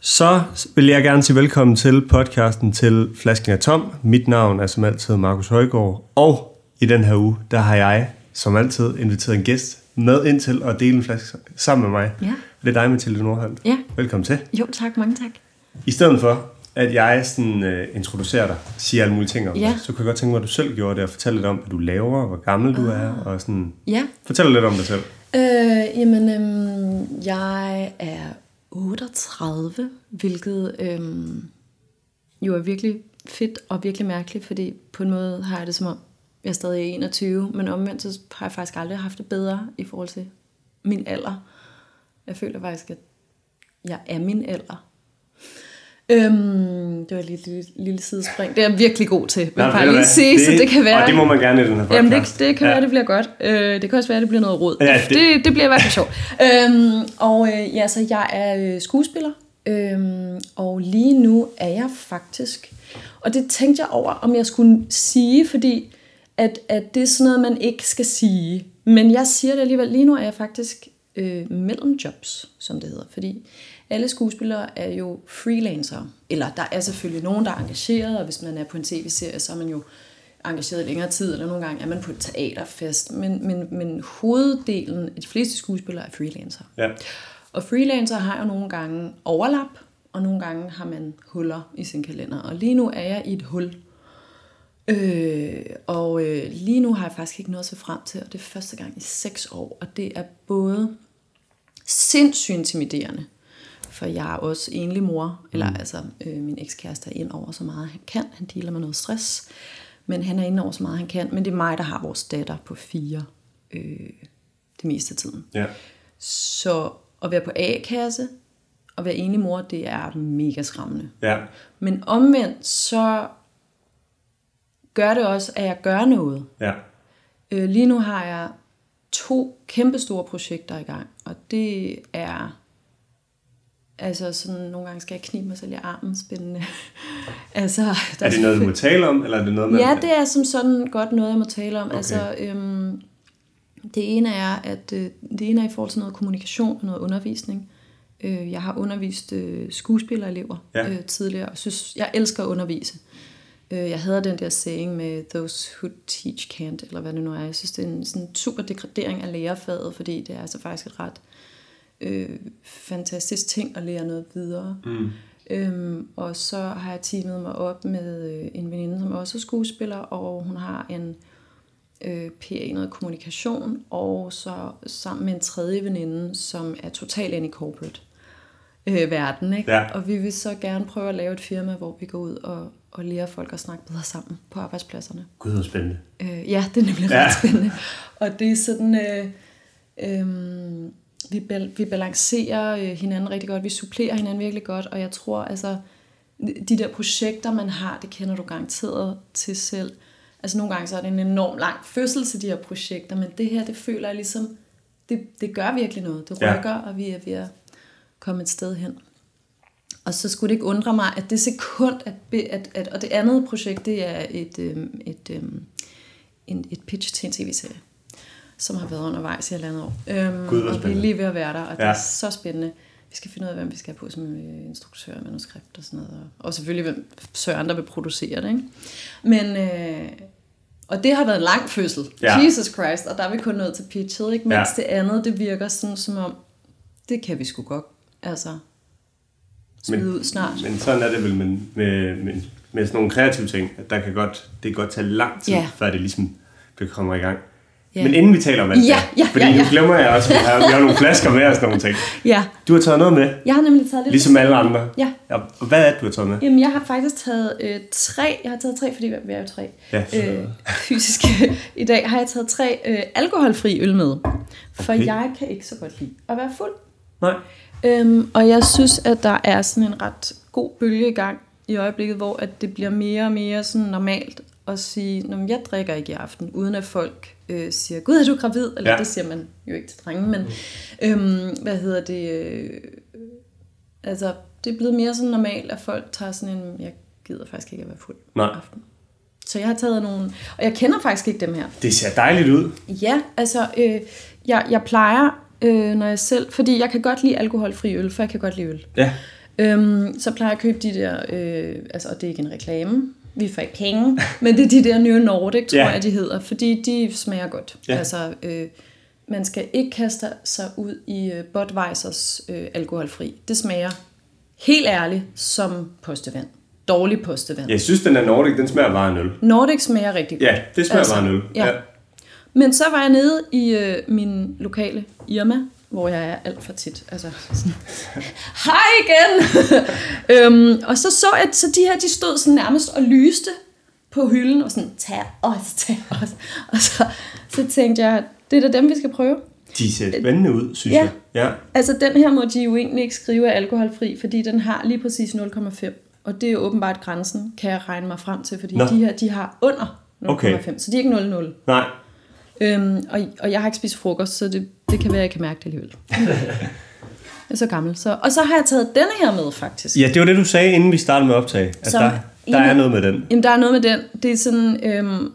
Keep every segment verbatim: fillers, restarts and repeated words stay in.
Så vil jeg gerne sige velkommen til podcasten Til Flasken er Tom. Mit navn er som altid Markus Højgaard, og i den her uge, der har jeg som altid inviteret en gæst med ind til at dele en flaske sammen med mig. Ja. Det er dig, Mathilde Nordholm. Ja. Velkommen til. Jo, tak. Mange tak. I stedet for, at jeg sådan, uh, introducerer dig, siger alle mulige ting om ja. dig, så kunne jeg godt tænke mig, at du selv gjorde det, og fortælle lidt om, hvad du laver, hvor gammel du er, og sådan. Ja. Fortæl lidt om dig selv. Øh, jamen, øhm, jeg er otteogtredive, hvilket øhm, jo er virkelig fedt og virkelig mærkeligt, fordi på en måde har jeg det som om, jeg er stadig enogtyve, men omvendt så har jeg faktisk aldrig haft det bedre i forhold til min alder. Jeg føler faktisk, at jeg er min alder. Øhm, det var et lille, lille, lille sidespring. Det er jeg virkelig god til. Nej, bare lige sige, det, så det kan være. Og det må man gerne i den her podcast. Jamen det, det kan ja. være, det bliver godt. Øh, det kan også være, det bliver noget rod. Ja, det, det, det bliver i hvert fald sjovt. øhm, og øh, ja, så jeg er skuespiller. Øhm, og lige nu er jeg faktisk... Og det tænkte jeg over, om jeg skulle sige, fordi at, at det er sådan noget, man ikke skal sige. Men jeg siger det alligevel. Lige nu er jeg faktisk øh, mellem jobs, som det hedder. Fordi alle skuespillere er jo freelancere. Eller der er selvfølgelig nogen, der er engageret, og hvis man er på en tv-serie, så er man jo engageret i længere tid, eller nogle gange er man på et teaterfest. Men, men, men hoveddelen af de fleste skuespillere er freelancere. Ja. Og freelancer har jo nogle gange overlap, og nogle gange har man huller i sin kalender. Og lige nu er jeg i et hul. Øh, og øh, lige nu har jeg faktisk ikke noget at se frem til, og det er første gang i seks år. Og det er både sindssygt intimiderende, for jeg er også enlig mor, eller mm. altså øh, min ekskæreste er ind over så meget han kan. Han dealer med noget stress, men han er inde over så meget han kan. Men det er mig, der har vores datter på fire øh, det meste af tiden. Ja. Så at være på A-kasse og være enlig mor, det er mega skræmmende. Ja. Men omvendt så gør det også, at jeg gør noget. Ja. Øh, lige nu har jeg to kæmpestore projekter i gang, og det er... Altså sådan, nogle gange skal jeg knibe mig selv i armen, spændende. altså, der er det noget, du må tale om, eller er det noget, man... Ja, det er som sådan godt noget, jeg må tale om. Okay. Altså, øhm, det ene er, at øh, det ene er i forhold til noget kommunikation og noget undervisning. Øh, jeg har undervist øh, skuespillerelever ja. øh, tidligere, og synes, jeg elsker at undervise. Øh, jeg havde den der saying med those who teach can't, eller hvad det nu er. Jeg synes, det er en sådan super degradering af lærerfaget, fordi det er altså faktisk et ret... Øh, fantastisk ting at lære noget videre. Mm. Øhm, og så har jeg teamet mig op med øh, en veninde, som også er skuespiller, og hun har en øh, P A, noget kommunikation, og så sammen med en tredje veninde, som er totalt ind i corporate øh, verden, ikke? Ja. Og vi vil så gerne prøve at lave et firma, hvor vi går ud og, og lærer folk at snakke bedre sammen på arbejdspladserne. Gud, det er spændende. Øh, ja, det er nemlig ja. ret spændende. Og det er sådan... Øh, øh, Vi, bal- vi balancerer øh, hinanden rigtig godt, vi supplerer hinanden virkelig godt, og jeg tror, altså, de der projekter, man har, det kender du garanteret til selv. Altså nogle gange så er det en enorm lang fødsel til de her projekter, men det her, det føler jeg ligesom, det, det gør virkelig noget. Det rykker, ja. Og vi er ved at komme et sted hen. Og så skulle det ikke undre mig, at det sekund, at, at, at og det andet projekt, det er et, øhm, et, øhm, en, et pitch til en tv-serie, som har været undervejs i et eller andet år. Øhm, Gud, og vi er lige ved at være der, og ja. det er så spændende. Vi skal finde ud af, hvem vi skal have på som instruktør, manuskript og sådan noget. Og selvfølgelig, hvem søren, der vil producere det. Ikke? Men, øh, og det har været en lang fødsel. Ja. Jesus Christ, og der er vi kun nået til pitchet, ikke? Mens ja. det andet, det virker sådan, som om, det kan vi sgu godt, altså, smide men, ud snart. Men sådan er det vel med, med, med, med sådan nogle kreative ting, at der kan godt, det kan godt tage lang tid, ja. før det ligesom kommer i gang. Ja. Men inden vi taler om alt ja, ja, fordi ja, ja. nu glemmer jeg også, at vi har, vi har nogle flasker med og sådan nogle ting. Ja. Du har taget noget med. Jeg har nemlig taget lidt. Ligesom alle andre. Ja. Ja. Og hvad er det, du har taget med? Jamen, jeg har faktisk taget øh, tre. Jeg har taget tre, fordi vi er jo tre. Ja, øh, fysisk. I dag har jeg taget tre øh, alkoholfri øl med. For okay. jeg kan ikke så godt lide at være fuld. Nej. Øhm, og jeg synes, at der er sådan en ret god bølge i gang i øjeblikket, hvor at det bliver mere og mere sådan normalt at sige, at jeg drikker ikke i aften, uden at folk øh, siger, gud, er du gravid? Eller ja. Det siger man jo ikke til drenge, men mm. øhm, hvad hedder det? Øh, altså, det er blevet mere sådan normalt, at folk tager sådan en, jeg gider faktisk ikke at være fuld i aften. Så jeg har taget nogle, og jeg kender faktisk ikke dem her. Det ser dejligt ud. Ja, altså, øh, jeg, jeg plejer, øh, når jeg selv, fordi jeg kan godt lide alkoholfri øl, for jeg kan godt lide øl. Ja. Øhm, så plejer jeg at købe de der, øh, altså, og det er ikke en reklame, vi får ikke penge, men det er de der New Nordic, tror yeah. jeg, de hedder, fordi de smager godt. Yeah. Altså, øh, man skal ikke kaste sig ud i øh, Budweisers øh, alkoholfri. Det smager helt ærligt som postevand. Dårlig postevand. Jeg synes, den er Nordic, den smager bare af øl. Nordic smager rigtig godt. Ja, det smager altså, bare af øl. Ja. Ja. Men så var jeg nede i øh, min lokale Irma, hvor jeg er alt for tit. Altså sådan, hej igen! øhm, og så så jeg, så de her, de stod sådan nærmest og lyste på hylden, og sådan, tag os, tag os. Og så, så tænkte jeg, det er da dem, vi skal prøve. De ser spændende ud, synes ja. jeg. Ja. Altså den her må de jo egentlig ikke skrive af alkoholfri, fordi den har lige præcis nul komma fem. Og det er åbenbart grænsen, kan jeg regne mig frem til, fordi Nå. de her, de har under nul komma fem, okay. Så de er ikke nul komma nul. Nej. Øhm, og, og jeg har ikke spist frokost, så det, det kan være, jeg kan mærke det alligevel. Jeg er så gammel. Så, og så har jeg taget denne her med, faktisk. Ja, det var det, du sagde, inden vi startede med optag. At Som, der, der jamen, er noget med den. Jamen, der er noget med den. Det er sådan, øhm,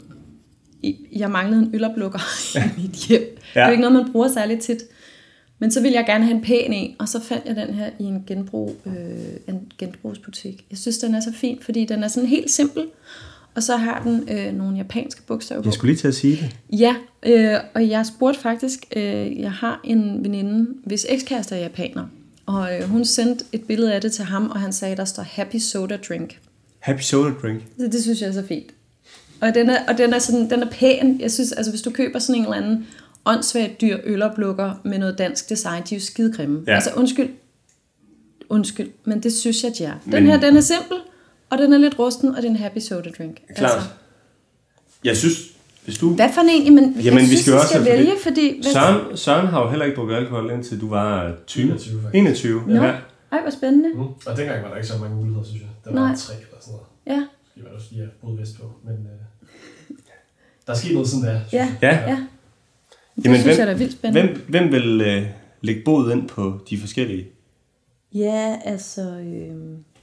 jeg manglede en øloplukker i mit hjem. Ja. Det er jo ikke noget, man bruger særligt tit. Men så ville jeg gerne have en pæn en, og så fandt jeg den her i en, genbrug, øh, en genbrugsbutik. Jeg synes, den er så fin, fordi den er sådan helt simpel. Og så har den øh, nogle japanske bogstaver på. Jeg skulle lige til at sige det. Ja, øh, og jeg spurgte faktisk, øh, jeg har en veninde, hvis ekskæreste er japaner. Og øh, hun sendte et billede af det til ham, og han sagde, der står Happy Soda Drink. Happy Soda Drink? Så det synes jeg er så fint. Og den er, og den er, sådan, den er pæn. Jeg synes, altså hvis du køber sådan en eller anden åndssvagt dyr øloplukker med noget dansk design, de er jo skide grimme. Ja. Altså undskyld, undskyld, men det synes jeg, de er. Den men... her, den er simpel, og den er lidt rusten, og det er en Happy Soda Drink. Klart. Altså. Jeg synes, hvis du... Hvad for en? Jamen, Jamen jeg vi synes, skal vi også skal vælge, fordi... Søren, Søren har jo heller ikke drukket alkohol, indtil du var tyve. enogtyve, faktisk. enogtyve, Nå, ja. Ej, hvor spændende. Mm. Og dengang var der ikke så mange muligheder, synes jeg. Der var Nej. en tre eller sådan noget. Ja. Det var også lige, jeg boede vestpå. Men øh, der er sket noget sådan der. Ja, ja. ja. Det Jamen, synes hvem, jeg, der er vildt spændende. Hvem, hvem vil øh, lægge boet ind på de forskellige? Ja, altså... Øh...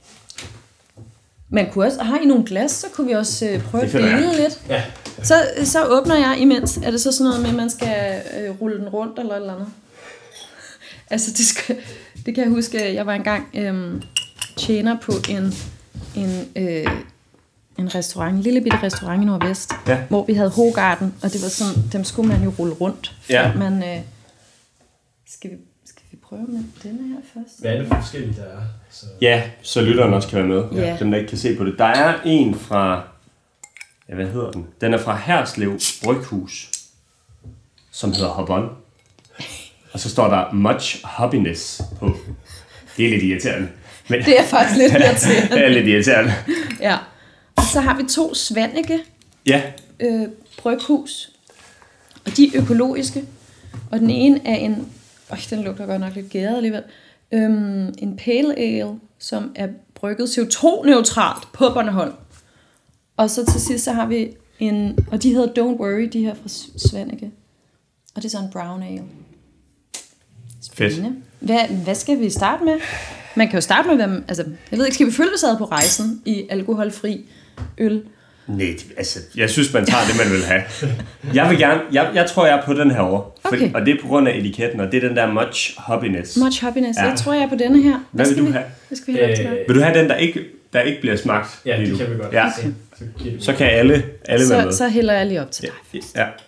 Man kunne også... Har I nogle glas, så kunne vi også øh, prøve at dele lidt. Ja. Så, så åbner jeg imens. Er det så sådan noget med, at man skal øh, rulle den rundt eller et eller andet? Altså, det, skal, det kan jeg huske. Jeg var engang øh, tjener på en... en øh, en restaurant, en lille bitte restaurant i Nordvest, ja. Hvor vi havde Hogarden, og det var sådan, dem skulle man jo rulle rundt. Ja. Man, øh, skal, vi, skal vi prøve med denne her først? Hvad er det for forskellige, der er? Så... Ja, så lytteren også kan være med. Ja. Dem, der ikke kan se på det. Der er en fra, ja, hvad hedder den? Den er fra Herslev Bryghus, som hedder Hop On. Og så står der Much Hoppiness på. Det er lidt irriterende. Men det er faktisk lidt irriterende. Det er lidt irriterende. Ja. Og så har vi to Svanike ja. øh, bryghus, og de er økologiske. Og den ene er en, øh, den lugter godt nok lidt gæret alligevel, øhm, en pale ale, som er brygget C O to neutralt på Bornholm. Og så til sidst så har vi en, og de hedder Don't Worry, de her fra Svanike. Og det er så en brown ale. Spændende. Hvad, hvad skal vi starte med? Man kan jo starte med, hvem, altså, jeg ved ikke, skal vi følge sig på rejsen i alkoholfri øl? Nej, altså, jeg synes, man tager det, man vil have. Jeg vil gerne, jeg, jeg tror, jeg er på den her over. Okay. Og det er på grund af etiketten, og det er den der Much Hoppiness. Much Hoppiness, ja. Jeg tror, jeg er på denne her. Hvad, hvad vil du vi, have? Hvad skal vi have øh, vil du have den, der ikke, der ikke bliver smagt? Ja, det kan vi godt. Ja. Okay. Så, så kan alle, alle så, være med. Så hælder jeg lige op til dig. Ja. ja.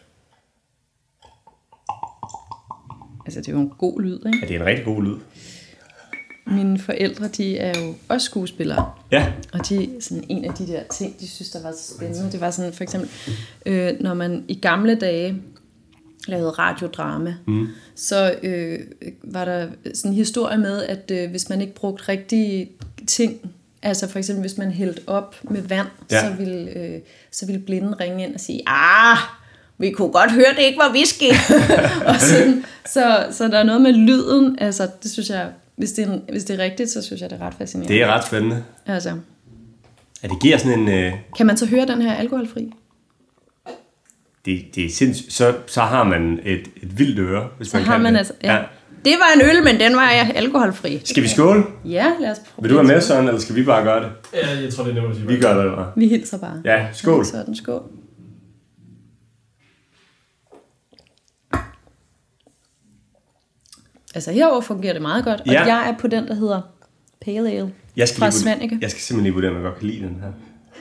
Altså, det er jo en god lyd, ikke? Ja, det er en rigtig god lyd. Mine forældre, de er jo også skuespillere. Ja. Og de, sådan en af de der ting, de synes, der var så spændende, det var sådan for eksempel, øh, når man i gamle dage lavede radiodrama, mm. så øh, var der sådan en historie med, at øh, hvis man ikke brugte rigtige ting, altså for eksempel hvis man hældte op med vand, ja. så, ville, øh, så ville blinden ringe ind og sige, ah, vi kunne godt høre, det ikke var whisky. Og sådan, så, så der er noget med lyden, altså det synes jeg, hvis det, er, hvis det er rigtigt, så synes jeg, det er ret fascinerende. Det er ret spændende. Altså. Ja, det giver sådan en... Øh... Kan man så høre den her alkoholfri? Det, det er sindssygt. Så, så har man et, et vildt øre, hvis så man har kan man det. Altså, ja. Ja. Det var en øl, men den var alkoholfri. Skal vi skåle? Ja, lad os prøve. Vil du være med, Søren, eller skal vi bare gøre det? Ja, jeg tror, det er nemt at sige. Vi gør det, eller? Vi hilser bare. Ja, skål. Ja, sådan, skål. Altså herover fungerer det meget godt, og ja. Jeg er på den, der hedder Pale Ale Jeg skal, fra lige vurdere, Svanike. jeg skal simpelthen lige vurdere, om jeg godt kan lide den her.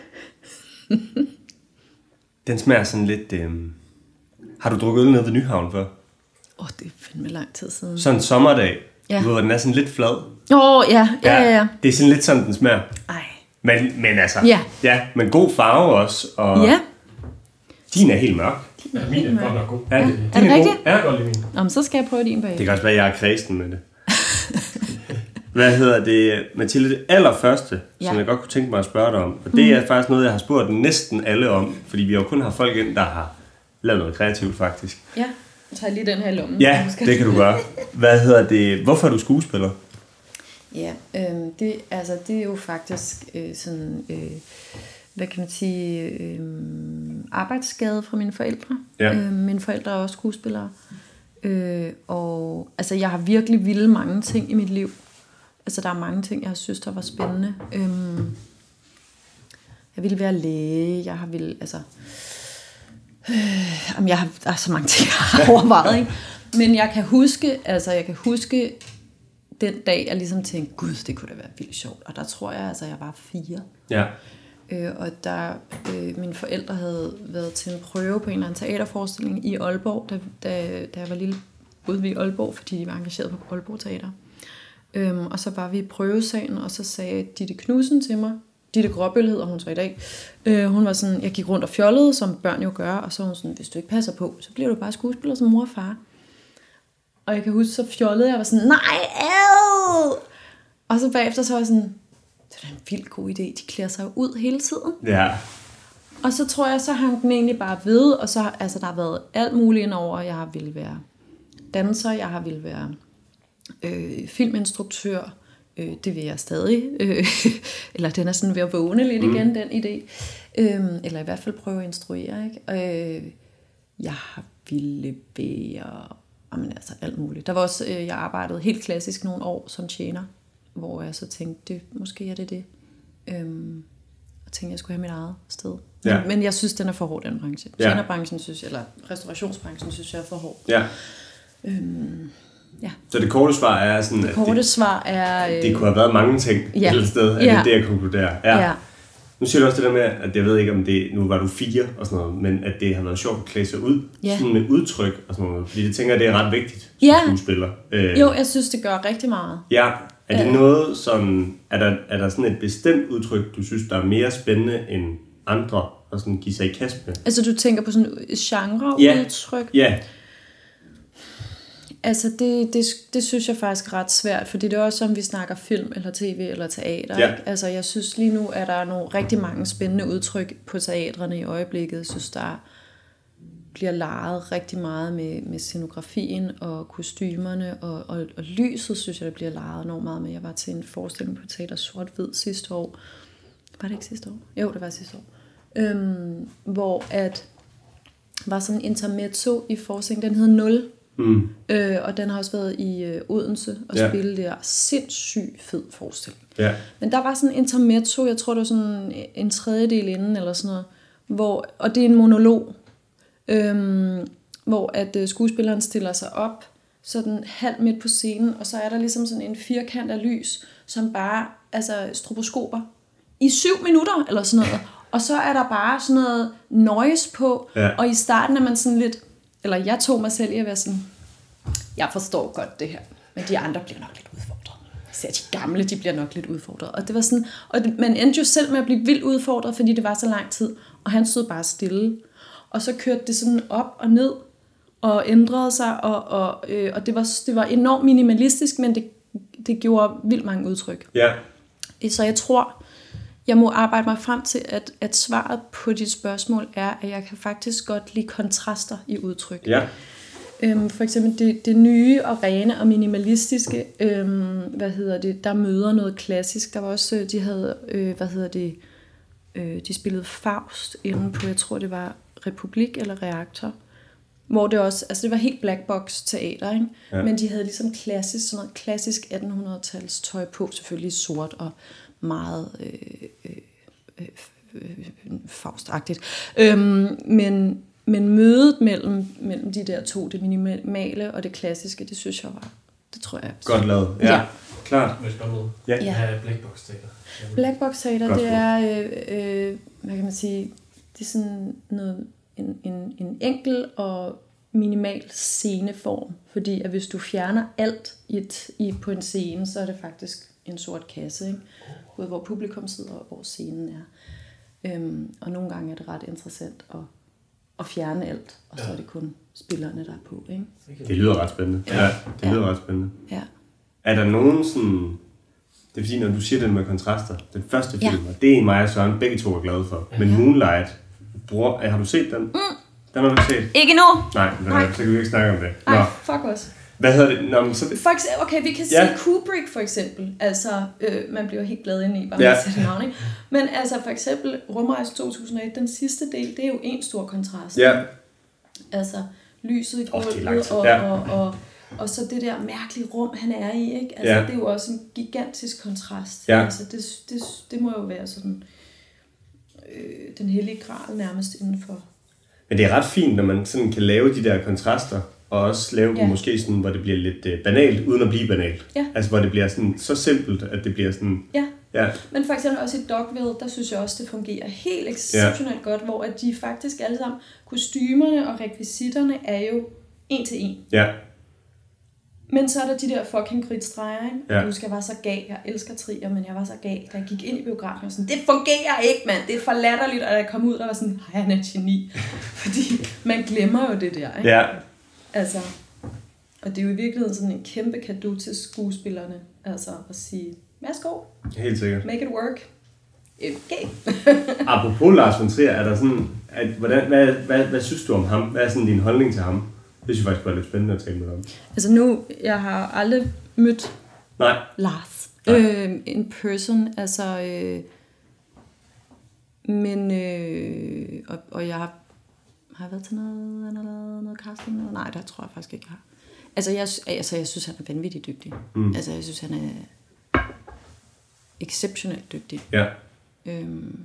Den smager sådan lidt... Øh... Har du drukket øl nede ved Nyhavn før? Åh, oh, det er fandme lang tid siden. Sådan en sommerdag. Ja. Du ved, den er sådan lidt flad. Åh, oh, ja, ja, ja, ja. Det er sådan lidt sådan, den smager. Ej. Men, men altså... Ja. Ja, men god farve også. Og Ja. din er helt mørk. Ja, min er godt nok god. Ja, Ja. det, Er det god. rigtigt? Jeg kan godt lide min. Nå, så skal jeg prøve din bag. Det kan også være, at jeg er kredsen med det. Hvad hedder det, Mathilde? Det allerførste, ja. som Ja. jeg godt kunne tænke mig at spørge dig om, og det er faktisk noget, jeg har spurgt næsten alle om, fordi vi har jo kun haft folk ind, der har lavet noget kreativt, faktisk. Ja, jeg tager lige den her i lommen. Ja, det kan du gøre. Hvad hedder det? Hvorfor er du skuespiller? Ja, øh, det, altså, det er jo faktisk øh, sådan, øh, hvad kan man sige, øh, arbejdsskade fra mine forældre. Ja. Øh, mine forældre er også skuespillere. Øh, og altså, jeg har virkelig ville mange ting i mit liv. Altså, der er mange ting, jeg synes, der var spændende. Øh, jeg ville være læge, jeg har ville, altså... Øh, jamen, jeg har, der er så mange ting, jeg har overvejet, ikke? Men jeg kan huske, altså, jeg kan huske den dag, jeg ligesom tænkte, gud, det kunne da være vildt sjovt. Og der tror jeg, altså, jeg var fire. Ja. Øh, og der, øh, mine forældre havde været til en prøve på en eller anden teaterforestilling i Aalborg, da, da, da jeg var lille, ude ved Aalborg, fordi de var engageret på Aalborg Teater. Øhm, og så var vi i prøvesagen, og så sagde Ditte Knudsen til mig, Ditte Gråbøl hedder hun så i dag, øh, hun var sådan, jeg gik rundt og fjollede, som børn jo gør, og så var hun sådan, hvis du ikke passer på, så bliver du bare skuespiller som mor og far. Og jeg kan huske, så fjollede jeg, var sådan, nej, ad! Og så bagefter så var jeg sådan, det er en vildt god idé, de klæder sig ud hele tiden. Ja. Og så tror jeg, så hang den egentlig bare ved, og så altså, der har været alt muligt indover. Jeg har ville være danser, jeg har ville være øh, filminstruktør, øh, det vil jeg stadig, øh, eller den er sådan ved at vågne lidt mm. igen, den idé. Øh, eller i hvert fald prøve at instruere, ikke? Øh, jeg har ville være, jamen altså alt muligt. Der var også, øh, jeg arbejdede helt klassisk nogle år som tjener, hvor jeg så tænkte, det, måske er det det. Øhm, og tænkte, jeg skulle have mit eget sted. Ja. Men, men jeg synes, den er for hård, den branche. Ja. Tjenerbranchen, synes jeg, eller restaurationsbranchen, synes jeg er for hård. Ja. Øhm, ja. Så det korte svar er sådan, Det at korte det, svar er... Øh, det kunne have været mange ting et ja. eller andet sted. Er Ja. det det, jeg konkluderer? Ja. ja. Nu siger du også det der med, at jeg ved ikke, om det, nu var du fire og sådan noget, men at det har været sjovt at klæde sig ud, Ja. sådan med udtryk og sådan noget, fordi det tænker jeg, det er ret vigtigt som Ja. skuespiller. Øh, Jo, jeg synes, det gør rigtig meget. Ja, er det Ja. noget sådan, er der, er der sådan et bestemt udtryk, du synes, der er mere spændende end andre, at sådan give sig i kast med? Altså, du tænker på sådan et genre-udtryk? Ja. Altså, det, det, det synes jeg faktisk er ret svært, fordi det er også, om vi snakker film, eller tv, eller teater. Ja. Ikke? Altså, jeg synes lige nu, at der er nogle rigtig mange spændende udtryk på teatrene i øjeblikket. Jeg synes, der bliver leget rigtig meget med, med scenografien og kostymerne, og, og, og lyset, synes jeg, der bliver leget enormt meget med. Jeg var til en forestilling på Teater Sort-Hvid sidste år. Var det ikke sidste år? Jo, det var sidste år. Øhm, hvor at var sådan en intermezzo i forestillingen, den hed Nul. Mm. Øh, og den har også været i øh, Odense og Ja. spille der sindssygt fed forestilling. Ja. Men der var sådan en intermezzo, jeg tror det var sådan en tredjedel inden eller sådan noget, hvor, og det er en monolog, øhm, hvor at øh, skuespilleren stiller sig op, sådan halv midt på scenen, og så er der ligesom sådan en firkant af lys, som bare, altså stroboskoper, i syv minutter eller sådan noget, og så er der bare sådan noget noise på, Ja. og i starten er man sådan lidt, eller jeg tog mig selv i at være sådan, jeg forstår godt det her, men de andre bliver nok lidt udfordret. Især de gamle, de bliver nok lidt udfordret. Og det var sådan, og det, man endte jo selv med at blive vildt udfordret, fordi det var så lang tid, og han stod bare stille. Og så kørte det sådan op og ned, og ændrede sig, og, og, øh, og det, var, det var enormt minimalistisk, men det, det gjorde vildt mange udtryk. Ja. Så jeg tror, jeg må arbejde mig frem til, at, at svaret på dit spørgsmål er, at jeg kan faktisk godt lide kontraster i udtryk. Ja. Øhm, for eksempel det, det nye og rene og minimalistiske, øhm, hvad hedder det, der møder noget klassisk. Der var også, de havde, øh, hvad hedder det, øh, de spillede Faust inde på, jeg tror det var Republik eller Reaktor, hvor det også, altså det var helt black box teater, ikke? Ja. Men de havde ligesom klassisk, sådan noget klassisk attenhundrede-tals tøj på, selvfølgelig sort og meget øh, øh, øh, øh, faustagtigt. Øhm, men, men mødet mellem, mellem de der to, det minimale og det klassiske, det synes jeg var, det tror jeg. Godt lavet. Ja. Ja. Klart. Må jeg spørge noget? Ja. Hvad er Black Box Teater? Black Box Teater, Godt det er, øh, øh, hvad kan man sige, det er sådan noget, en, en, en enkel og minimal sceneform, fordi at hvis du fjerner alt i et, i, på en scene, så er det faktisk en sort kasse, ikke? Både hvor publikum sidder og hvor scenen er. Øhm, og nogle gange er det ret interessant at, at fjerne alt, og så er det kun spillerne, der er på, ikke? Det lyder ret spændende. Ja, ja det lyder ja. ret spændende. Ja. Er der nogen sådan... Det er fordi, når du siger det med kontraster, den første film, ja. og det er mig og Søren, begge to er glade for. Men ja. Moonlight, bror, har du set den? Mm. Den har du ikke set? Ikke nu! Nej, den Nej. Er, så kan vi ikke snakke om det. Nej, fuck os. Hvad hedder det? Nå, men så det... For eksempel, okay, vi kan ja. sige Kubrick for eksempel. Altså, øh, man bliver helt glad inde i, bare ja. man siger navn, ikke? Men altså, for eksempel, Rumrejse to tusind og et, den sidste del, det er jo en stor kontrast. Ja. Altså, lyset i gulvet, oh, og, ja. og, og, og så det der mærkelige rum, han er i, ikke? Altså, ja. det er jo også en gigantisk kontrast. Ja. Altså, det, det, det må jo være sådan, øh, den hellige gral nærmest indenfor. Men det er ret fint, når man sådan kan lave de der kontraster, og også lave ja. dem måske sådan, hvor det bliver lidt øh, banalt, uden at blive banalt. Ja. Altså, hvor det bliver sådan så simpelt, at det bliver sådan... Ja. ja. Men for eksempel også i Dogville, der synes jeg også, det fungerer helt exceptionelt ja. godt, hvor at de faktisk alle sammen, kostymerne og rekvisitterne er jo en til en. Ja. Men så er der de der fucking kridtstreger, ikke? Ja. Jeg husker, jeg var så gal. Jeg elsker trier, men jeg var så gal, da jeg gik ind i biografen og sådan, det fungerer ikke, mand. Det er for latterligt, og jeg kom ud, der var sådan, hej, han er et geni. Fordi man glemmer jo det der, ikke? Ja. Altså, og det er jo i virkeligheden sådan en kæmpe cadeau til skuespillerne, altså at sige, værsgo. Helt sikkert. Make it work. Okay. Apropos Lars von Trier, er der sådan, at, hvordan, hvad, hvad, hvad synes du om ham? Hvad er sådan din holdning til ham? Det synes jeg faktisk var lidt spændende at tale med om. Altså nu, jeg har aldrig mødt Nej. Lars øh, in person, altså, øh, men, øh, og, og jeg har, har jeg været til noget, noget, noget casting? Noget? Nej, der tror jeg faktisk ikke, jeg har. Altså jeg, altså, jeg synes, han er vanvittigt dygtig. Mm. Altså, jeg synes, han er exceptionelt dygtig. Ja. Øhm,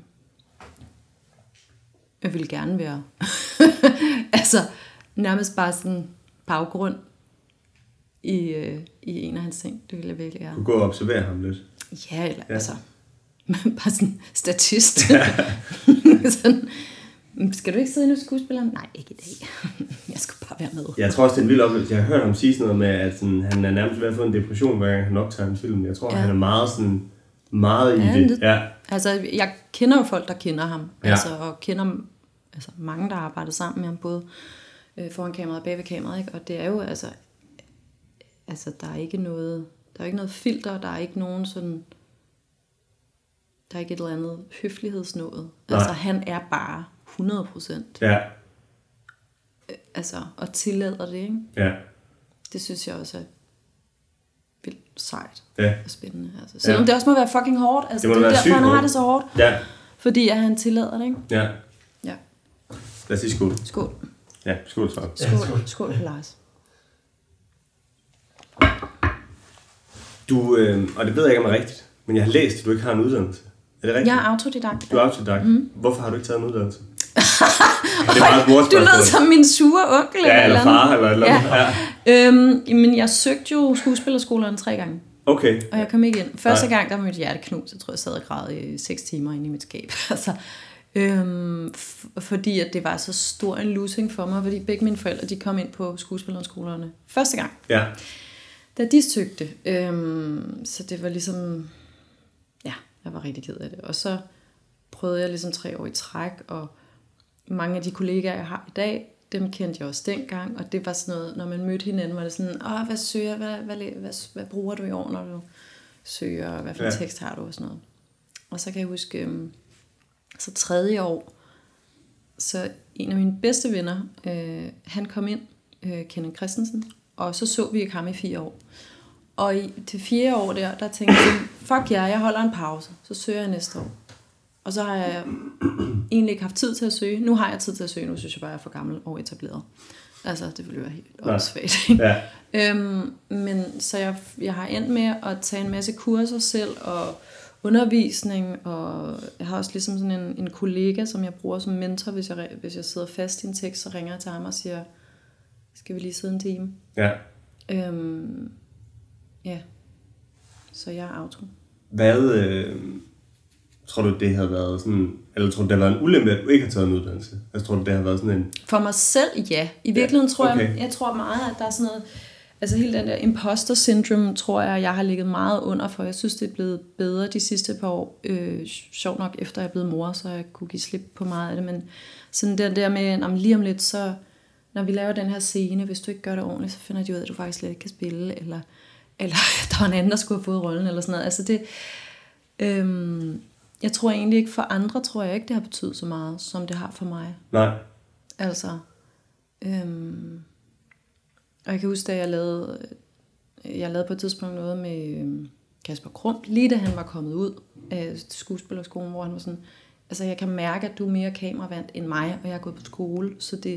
jeg ville gerne være altså nærmest bare sådan baggrund i, øh, i en af hans ting. Det ville jeg virkelig gerne. Du gå og observere ham lidt. Ja, eller ja. altså bare sådan statist. sådan, skal du ikke sidde inde hos skuespilleren? Nej, ikke i dag. Jeg skal bare være med. Jeg tror også, det er en vild oplevelse. Jeg har hørt ham sige sådan noget med, at sådan, han er nærmest ved at få en depression, hver gang han optager en film. Jeg tror, ja. han er meget sådan meget ja, i det. Ja. Altså, jeg kender jo folk, der kender ham. Ja. Altså, og kender altså, mange, der har arbejdet sammen med ham, både øh, foran kameraet og bag ved kameraet. Ikke? Og det er jo, altså, altså, der er ikke noget, der er ikke noget filter, der er ikke nogen sådan, der er ikke et eller andet høflighedsnået. Altså, han er bare hundrede procent. Ja. Altså, og tillader det, ikke? Ja. Det synes jeg også er vildt sejt ja. og spændende. Altså. Selvom ja. ja. det også må være fucking hårdt. Altså, det, det er derfor, han hårdt. har det så hårdt. Ja. Fordi at han tillader det, ikke? Ja. Ja. Lad os sige skål. Skål. Ja, skål så. Skål, skål. Skål på Lars. Du, øh, og det ved jeg ikke, om det er rigtigt, men jeg har læst, at du ikke har en uddannelse. Er det rigtigt? Jeg er autodidakt. Du er autodidakt. Mm. Hvorfor har du ikke taget en uddannelse? Og det er meget du lød som min sure onkel. Ja, eller far, eller eller andet. Ja. Ja. Øhm, men jeg søgte jo skuespillerskolerne tre gange. Okay. Og jeg kom ikke ind. Første gang, der var mit hjerte knust. Jeg tror, jeg sad og græd i seks timer inde i mit skab. altså, øhm, f- fordi at det var så stor en losing for mig, fordi begge mine forældre, de kom ind på skuespillerskolerne første gang. Ja. Da de søgte. Øhm, så det var ligesom, ja, jeg var rigtig ked af det. Og så prøvede jeg ligesom tre år i træk, og mange af de kollegaer, jeg har i dag, dem kendte jeg også dengang, og det var sådan noget, når man mødte hinanden, var det sådan, åh, hvad søger, hvad, hvad, hvad, hvad bruger du i år, når du søger, hvad for en ja. tekst har du, og sådan noget. Og så kan jeg huske, så tredje år, så en af mine bedste venner, øh, han kom ind, øh, Kenneth Christensen, og så så vi ikke ham i fire år. Og i, til fire år der, der tænkte jeg, fuck ja, jeg holder en pause, så søger jeg næste år. Og så har jeg egentlig ikke haft tid til at søge. Nu har jeg tid til at søge, nu synes jeg bare, at jeg er for gammel og etableret. Altså, det ville være helt åndssvagt. Ja. øhm, men så jeg, jeg har endt med at tage en masse kurser selv, og undervisning, og jeg har også ligesom sådan en, en kollega, som jeg bruger som mentor, hvis jeg, hvis jeg sidder fast i en tekst, så ringer jeg til ham og siger, skal vi lige sidde en time? Ja. Øhm, ja. Så jeg er auto. Hvad øh, tror du, det har været sådan, eller tror du, det har været en ulempe, at du ikke har taget en uddannelse? Altså tror du, det har været sådan en... For mig selv, ja. I virkeligheden ja, tror okay. jeg, jeg tror meget, at der er sådan noget, altså hele den der imposter syndrome, tror jeg, jeg har ligget meget under, for jeg synes, det er blevet bedre de sidste par år. Øh, sjovt nok, efter jeg er blevet mor, så jeg kunne give slip på meget af det, men sådan der, der med, om lige om lidt, så når vi laver den her scene, hvis du ikke gør det ordentligt, så finder de ud af, at du faktisk slet ikke kan spille, eller, eller der var en anden, der skulle have fået rollen, eller sådan noget. Altså det, øhm, jeg tror egentlig ikke for andre, tror jeg ikke, det har betydet så meget, som det har for mig. Nej. Altså, øhm, og jeg kan huske, da jeg lavede, jeg lavede på et tidspunkt noget med Kasper Krump, lige da han var kommet ud af skuespillerskolen, hvor han var sådan, altså jeg kan mærke, at du er mere kameravant end mig, og jeg er gået på skole, så det,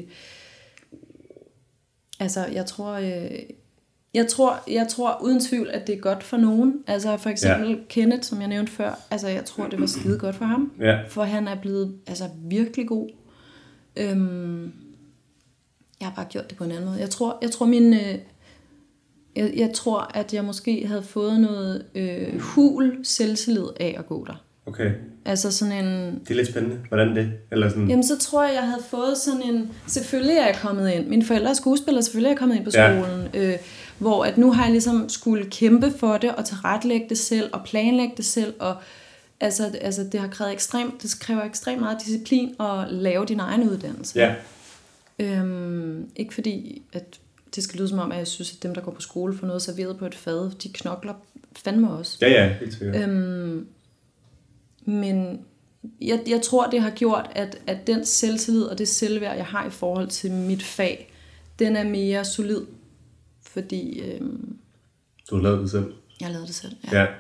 altså jeg tror, øh, jeg tror, jeg tror uden tvivl, at det er godt for nogen. Altså for eksempel ja. Kenneth, som jeg nævnte før, altså jeg tror, det var skide godt for ham, ja. for han er blevet altså virkelig god. Øhm, jeg har bare gjort det på en anden måde. Jeg tror, jeg tror min, øh, jeg, jeg tror, at jeg måske havde fået noget øh, hul selvtillid af at gå der. Okay. Altså sådan en... Det er lidt spændende. Hvordan det? Eller sådan... Jamen så tror jeg, jeg havde fået sådan en... Selvfølgelig er jeg kommet ind. Mine forældre er skuespillere, selvfølgelig er jeg kommet ind på skolen. Ja. Øh, hvor at nu har jeg ligesom skulle kæmpe for det, og tilrettelægge det selv, og planlægge det selv, og altså, altså det har krævet ekstremt, det kræver ekstremt meget disciplin at lave din egen uddannelse. Ja. Øhm, ikke fordi, at det skal lyde som om, at jeg synes, at dem, der går på skole, får noget serveret på et fad, de knokler fandme også. Ja, ja, helt sikkert. Øhm, men jeg, jeg tror, det har gjort, at, at den selvtillid og det selvværd, jeg har i forhold til mit fag, den er mere solid. Fordi... Øhm, du har lavet det selv? Jeg har lavet det selv, ja. ja.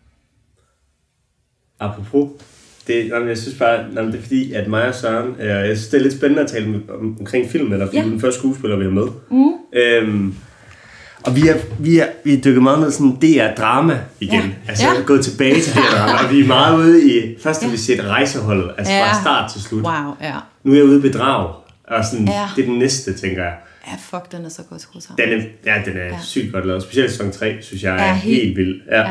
Apropos, det, jamen, jeg synes bare, jamen, det er fordi, at mig og Søren, øh, jeg synes, det er lidt spændende at tale om, omkring film, eller fordi ja. Den første skuespiller, vi har med. Mm. Øhm, og vi er, vi er, vi er dykket meget ned sådan D R-drama igen. Ja. Altså, ja. Jeg er gået tilbage til D R-drama, og vi er meget ude i, først har ja. vi set rejsehold, altså ja. fra start til slut. Wow, ja. Nu er jeg ude i bedrag, og sådan, ja. det er den næste, tænker jeg. Ja, fuck, den er så godt skruet sammen. Den er, ja, den er ja. sygt godt lavet. Specielt sæson tre, synes jeg, er ja, helt, helt vild. Ja. Ja.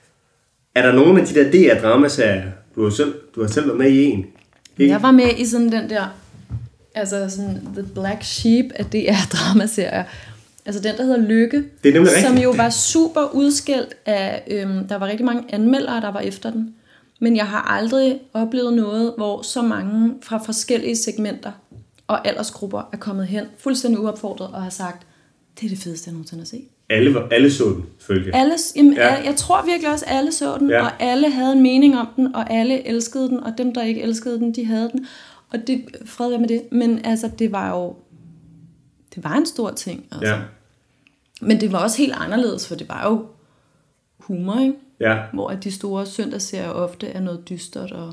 Er der nogle af de der D R-dramaserier, du har selv, du har selv været med i en? Ikke? Jeg var med i sådan den der, altså sådan The Black Sheep af D R-dramaserier. Altså den, der hedder Lykke, det er som rigtigt. jo var super udskældt af, øhm, der var rigtig mange anmeldere, der var efter den. Men jeg har aldrig oplevet noget, hvor så mange fra forskellige segmenter og aldersgrupper er kommet hen, fuldstændig uopfordret, og har sagt, det er det fedeste, jeg nogensinde har set. Alle, alle så den, følge. Alle, jamen, ja. jeg, jeg tror virkelig også, at alle så den, ja. og alle havde en mening om den, og alle elskede den, og dem, der ikke elskede den, de havde den. Og det, fred være med det, men altså, det var jo, det var en stor ting. Altså. Ja. Men det var også helt anderledes, for det var jo humor, ikke? Ja. Hvor at de store søndagsserier ofte er noget dystert, og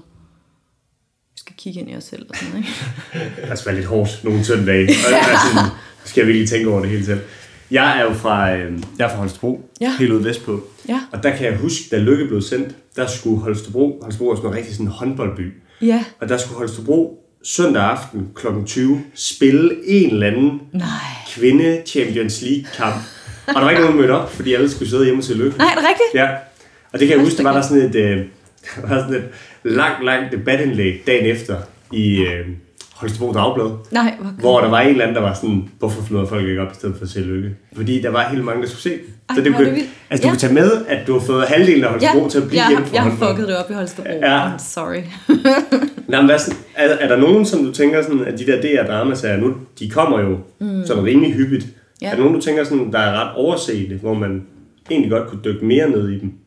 vi skal kigge ind i os selv og sådan, ikke? Det har været lidt hårdt nogle søndage, og altså, skal jeg virkelig tænke over det hele selv. Jeg er jo fra, øh, jeg er fra Holstebro, ja. helt ude vestpå, ja. og der kan jeg huske, da Lykke blev sendt, der skulle Holstebro, Holstebro er sådan en rigtig sådan en håndboldby, ja. og der skulle Holstebro søndag aften klokken tyve spille en eller anden Nej. kvinde Champions League kamp, og der var ikke nogen mødt op, fordi alle skulle sidde hjemme til Lykke. Nej, er det rigtigt? Ja, og det kan jeg huske, der var der sådan et, øh, der var sådan et langt, langt debatindlæg dagen efter i øh, Holstebro Dagblad, Nej, hvor der var en eller anden, der var sådan, hvorfor flyder folk ikke op i stedet for at se Lykke? Fordi der var helt mange, der skulle se den. Ej, Så det kunne, det altså, du ja. kunne tage med, at du har fået halvdelen af Holstebro ja. til at blive ja, hjemme fra jeg Holstebro. Jeg har fucket det op i Holstebro. Ja. I'm sorry. Nå, men hvad, er, er der nogen, som du tænker, sådan, at de der D R-dramaserier, nu, de kommer jo mm. sådan rimelig hyppigt. Ja. Er der nogen, du tænker, sådan, der er ret overset, hvor man egentlig godt kunne dykke mere ned i dem?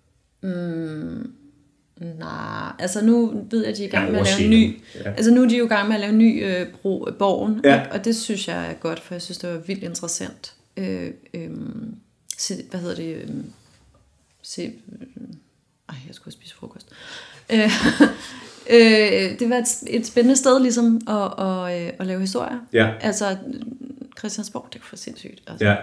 Mm. Nej, altså nu ved jeg, at de er i gang ja, med at lave en ny, ja. altså nu er de jo i gang med at lave en ny øh, bro, Borgen, ja. og det synes jeg er godt, for jeg synes, det var vildt interessant. Øh, øh, se, hvad hedder det? Øh, se, øh, ej, jeg skulle spise frokost. Øh, øh, det var et, et spændende sted ligesom at, at, at, at lave historier. Ja. Altså Christiansborg, det er for sindssygt. Altså. Ja.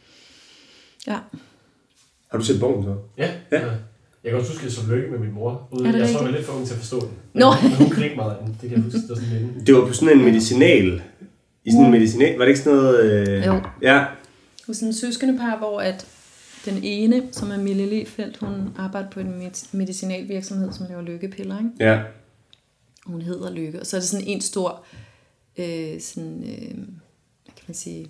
Ja. Har du set Borgen så? Ja. ja. Jeg kan også huske, at jeg så Lykke med min mor. Jeg rigtigt? så var lidt for ung til at forstå den. Nå. Men hun grinte meget af den. Det kan jeg huske. Det var, sådan en... det var på sådan en medicinal. I sådan en medicinal. Var det ikke sådan noget... Øh... Jo. Ja. Hos en søskendepar, hvor at den ene, som er Mille Lefeldt, hun arbejder på en medicinalvirksomhed, som laver lykkepiller, ikke? Ja. Hun hedder Lykke, og så er det sådan en stor, øh, sådan, øh, hvad kan man sige,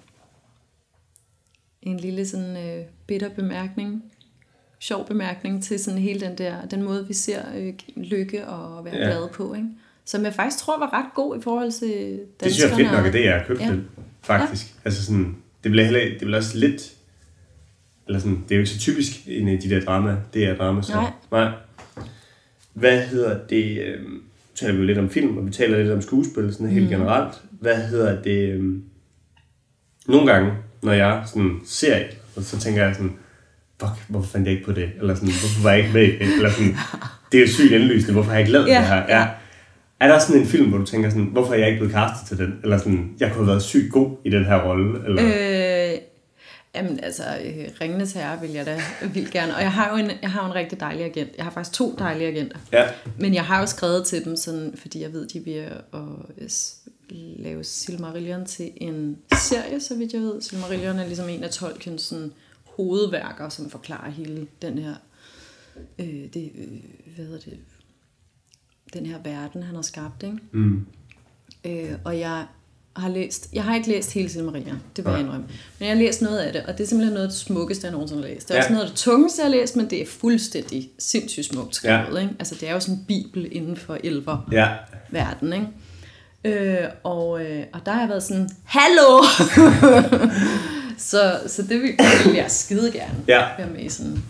en lille sådan øh, bitter bemærkning, sjov bemærkning til sådan hele den der, den måde vi ser øh, lykke og være ja. glad på, ikke? Som jeg faktisk tror var ret god i forhold til danskerne. Det synes jeg er fedt nok, at det er købt ja. den, faktisk. Ja. Altså sådan, det bliver heller, det bliver også lidt, eller sådan, det er jo ikke så typisk en af de der drama, det er drama, så. Nej. Nej. Hvad hedder det, øh, taler vi jo lidt om film, og vi taler lidt om skuespil, sådan helt mm. generelt. Hvad hedder det, øh, nogle gange, når jeg sådan ser et, og så tænker jeg sådan, fuck, hvorfor fandt jeg ikke på det? Eller sådan, hvorfor var jeg ikke med? Eller sådan, det er jo sygt indlysende, hvorfor har jeg ikke lavet ja, det her? Ja. Er der sådan en film, hvor du tænker sådan, hvorfor er jeg ikke blevet castet til den? Eller sådan, jeg kunne have været sygt god i den her rolle? Eller? Øh, jamen altså, Ringenes Herre vil jeg da vildt gerne. Og jeg har jo en, jeg har jo en rigtig dejlig agent. Jeg har faktisk to dejlige agenter. Ja. Men jeg har jo skrevet til dem, sådan, fordi jeg ved, de vil at lave Silmarillion til en serie, så vidt jeg ved. Silmarillion er ligesom en af Tolkiens sådan, hovedværker, som forklarer hele den her, øh, det, øh, hvad hedder det, den her verden, han har skabt, ikke? Mm. Øh, og jeg har læst, jeg har ikke læst hele Silmarillion, det vil jeg indrømme, men jeg har læst noget af det, og det er simpelthen noget af det smukkeste, jeg nogensinde har læst. Det er ja. også noget af det tungeste, jeg har læst, men det er fuldstændig sindssygt smukt skrevet, ja. ikke? Altså, det er jo sådan en bibel inden for elver ja. verden, ikke? Øh, og, øh, og der har jeg været sådan, hallo! så, så det vil, vil jeg skide gerne ja. være med i sådan.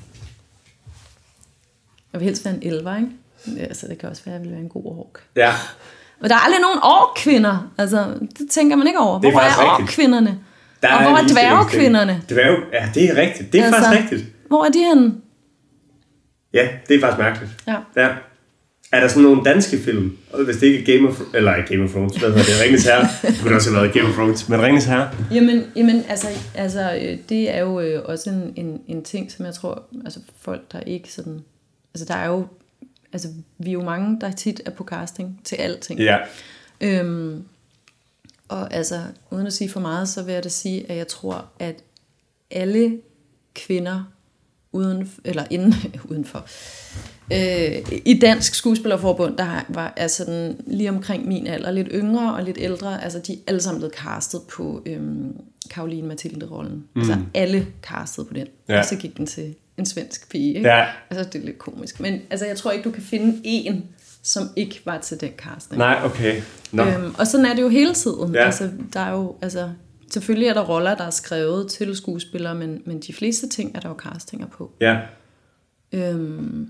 Jeg vil helst være en elver, ikke? Ja, så det kan også være, at jeg vil være en god ork. Ja. Men der er aldrig nogen ork-kvinder. Altså, det tænker man ikke over. Hvor er, er ork-kvinderne? Der og hvor er dværge-kvinderne? Dværge, ja, det er rigtigt. Det er altså, faktisk rigtigt. Hvor er de henne? Ja, det er faktisk mærkeligt. Ja. ja. Er der sådan nogle danske film? Hvis det ikke er Game of eller Game of Thrones, hvad hedder det? Ringenes Herre. Det kunne også have været Game of Thrones, men Ringenes Herre. Jamen, jamen altså, altså, det er jo øh, også en, en, en ting, som jeg tror, altså folk, der ikke sådan... Altså, der er jo... Altså, vi er jo mange, der tit er på casting til alting. Ja. Øhm, og altså, uden at sige for meget, så vil jeg da sige, at jeg tror, at alle kvinder uden, eller inden, udenfor, øh, i Dansk Skuespillerforbund, der har, var er sådan lige omkring min alder, lidt yngre og lidt ældre, altså de er alle sammen blevet castet på øhm, Caroline Mathilde-rollen. Mm. Altså alle castet på den. Ja. Og så gik den til en svensk pige, ikke? Ja. Altså det er lidt komisk. Men altså, jeg tror ikke, du kan finde en, som ikke var til den casting. Nej, okay. No. Øhm, og sådan er det jo hele tiden. Ja. Altså, der er jo, altså, selvfølgelig er der roller, der er skrevet til skuespillere, men, men de fleste ting er der jo castinger på. Ja. Øhm,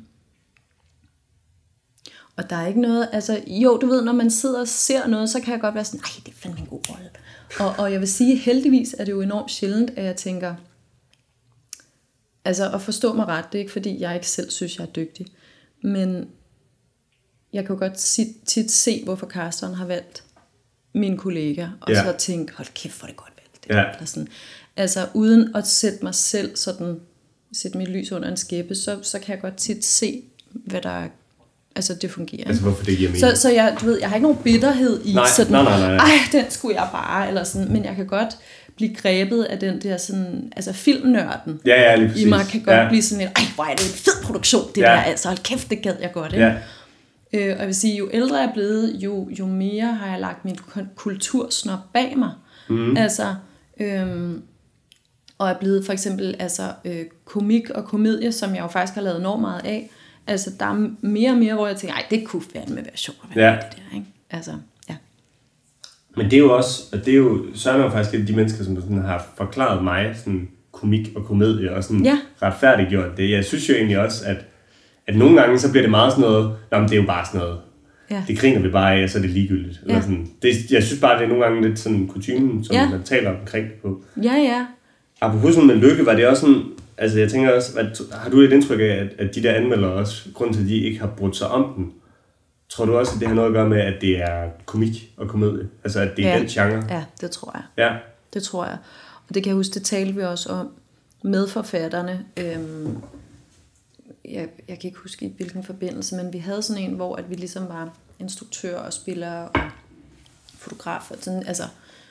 og der er ikke noget, altså jo, du ved, når man sidder og ser noget, så kan jeg godt være sådan, nej, det er fandme en god rolle. Og, og jeg vil sige, heldigvis er det jo enormt sjældent, at jeg tænker, altså at forstå mig ret, det er ikke fordi, jeg ikke selv synes, jeg er dygtig, men jeg kan jo godt tit se, hvorfor casteren har valgt mine kollegaer, og ja. så tænke, hold kæft, hvor er det godt valgt. Det ja. eller sådan. Altså uden at sætte mig selv sådan, sætte mit lys under en skæppe, så, så kan jeg godt tit se, hvad der er, altså det fungerer. Altså hvorfor det giver mening. Så, så jeg, du ved, jeg har ikke nogen bitterhed i nej, sådan, nej, nej, nej. ej, den skulle jeg bare, eller sådan, men jeg kan godt blive grebet af den der sådan, altså filmnørden ja, ja, lige præcis. i mig, kan godt ja. blive sådan lidt, ej, hvor er det en fed produktion, det ja. der, altså, hold kæft, det gad jeg godt, ikke? Ja. Øh, og jeg vil sige, jo ældre jeg er blevet, jo, jo mere har jeg lagt min kultursnop bag mig. Mm. Altså, øhm, og er blevet for eksempel altså, øh, komik og komedie, som jeg jo faktisk har lavet enormt meget af. Altså, der er mere og mere, hvor jeg tænker, ej, det kunne fandme være sjovt at være ja. det der, ikke? Altså, ja. Men det er jo også, og det er jo, så er man jo faktisk de mennesker, som sådan har forklaret mig sådan komik og komedie, og sådan ja. retfærdiggjort det. Jeg synes jo egentlig også, at at nogle gange, så bliver det meget sådan noget, nå, men det er jo bare sådan noget, ja. det griner vi bare af, og så er det ligegyldigt. Ja. Eller sådan. Det, jeg synes bare, det er nogle gange lidt sådan kutymen, som ja. man taler omkring det på. Ja, ja. Apropos sådan med Lykke, var det også sådan, altså jeg tænker også, at, har du et indtryk af, at, at de der anmeldere også, grunden til, at de ikke har brudt sig om den, tror du også, at det har noget at gøre med, at det er komik og komedie? Altså at det er ja. den genre? Ja, det tror jeg. Ja. Det tror jeg. Og det kan jeg huske, det talte vi også om med forfatterne. Øhm, Jeg, jeg kan ikke huske i hvilken forbindelse, men vi havde sådan en, hvor at vi ligesom var instruktør og spiller og fotograf og sådan, altså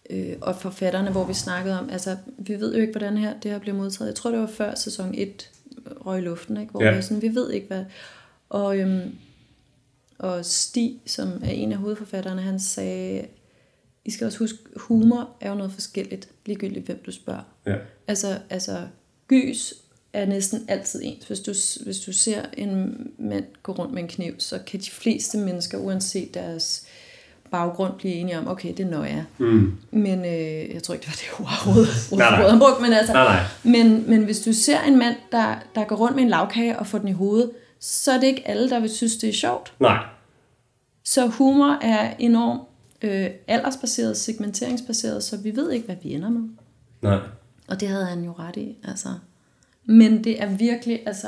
øh, og forfatterne, hvor vi snakkede om, altså vi ved jo ikke, hvordan her, det her bliver modtaget. Jeg tror, det var før sæson et røg i luften, ikke? Hvor ja. vi, sådan, vi ved ikke, hvad... Og, øhm, og Stig, som er en af hovedforfatterne, han sagde, I skal også huske, humor er jo noget forskelligt, ligegyldigt hvem du spørger. Ja. Altså, altså, gys er næsten altid ens. Hvis du, hvis du ser en mand gå rundt med en kniv, så kan de fleste mennesker, uanset deres baggrund, blive enige om, okay, det er nøje. Mm. Men øh, jeg tror ikke, det var det overhovedet, han brugte, men altså, nej, nej. Men, men hvis du ser en mand, der, der går rundt med en lavkage og får den i hovedet, så er det ikke alle, der vil synes, det er sjovt. Nej. Så humor er enormt øh, aldersbaseret, segmenteringsbaseret, så vi ved ikke, hvad vi ender med. Nej. Og det havde han jo ret i, altså. Men det er virkelig, altså,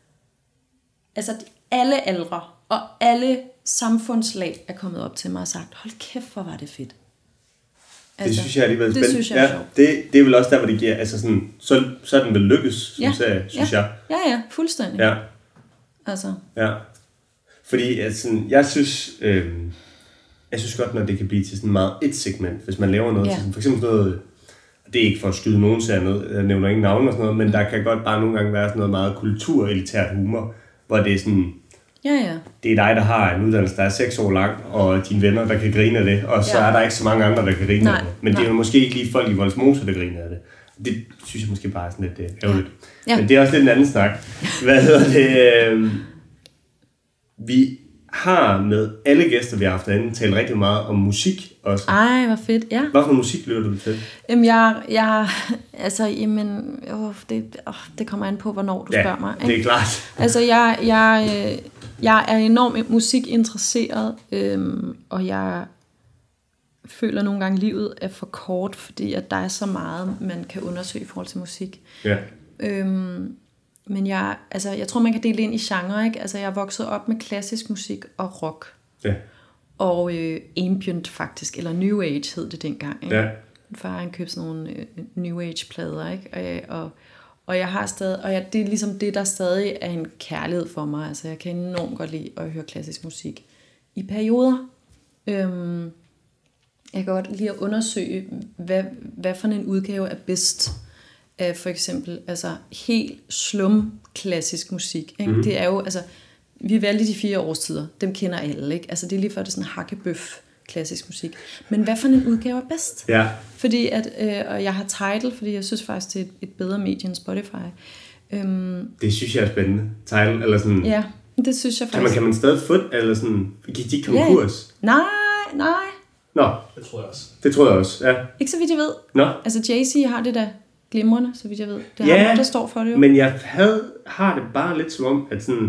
altså alle aldre og alle samfundslag er kommet op til mig og sagt, hold kæft, hvor var det fedt. Altså, det synes jeg alligevel spændende. Det synes jeg er ja, det, det er vel også der, hvor det giver, altså sådan, så, så er den vel lykkes, som ja, sagde, synes ja, jeg. Ja, ja, fuldstændig. Ja. Altså. Ja. Fordi, altså, jeg synes, øh, jeg synes godt, når det kan blive til sådan meget et segment, hvis man laver noget, ja. Sådan, for eksempel noget, det er ikke for at skyde nogen til noget, jeg nævner ingen navn og sådan noget, men der kan godt bare nogle gange være sådan noget meget kulturelitært humor, hvor det er sådan, ja, ja. det er dig, der har en uddannelse, der er seks år lang, og dine venner, der kan grine af det, og så ja. Er der ikke så mange andre, der kan grine nej, af det. Men nej. Det er jo måske ikke lige folk i Vollsmose, der griner af det. Det synes jeg måske bare er sådan lidt ærgerligt. Ja. Ja. Men det er også lidt en anden snak. Hvad hedder det? Vi har med alle gæster, vi har haft derinde, talt rigtig meget om musik også. Ej, hvor fedt, ja. Hvad for musik lytter du til? Jamen, jeg, jeg altså, jamen, åh, det, åh, det kommer an på, hvornår du ja, spørger mig. Ikke? Det er klart. Altså, jeg, jeg, jeg er enormt musikinteresseret, øhm, og jeg føler nogle gange, at livet er for kort, fordi at der er så meget, man kan undersøge i forhold til musik. Ja. Øhm, Men jeg, altså, jeg tror, man kan dele ind i genre, ikke? Altså, jeg er vokset op med klassisk musik og rock. Ja. Og øh, ambient faktisk, eller New Age hed det dengang, ikke? Ja. Min far, han købte sådan nogle øh, New Age-plader, ikke? Og, og, og jeg har stadig, og jeg, det er ligesom det, der stadig er en kærlighed for mig. Altså, jeg kan enormt godt lide at høre klassisk musik i perioder. Øhm, jeg kan godt lide at undersøge, hvad, hvad for en udgave er bedst. Af for eksempel altså helt slum klassisk musik, ikke? Mm-hmm. Det er jo altså vi valgte de fire årstider, dem kender alle, ikke? Altså det er lige før det er sådan hakkebøf klassisk musik. Men hvad for en udgave er bedst? Ja. Fordi at øh, og jeg har Tidal, fordi jeg synes faktisk det er et, et bedre medie end Spotify. Øhm, det synes jeg er spændende. Tidal eller sådan. Ja, det synes jeg faktisk. Kan man kan man stadig få det, eller sådan gik de konkurs? Ja. Nej, nej. Nå, det tror jeg også. Det tror jeg også. Ja. Ikke så vidt jeg ved. Nå. Altså Jay-Z har det der glimrende, så vidt jeg ved. Det er ja, ham, der står for det jo. Men jeg havde, har det bare lidt som om, at sådan...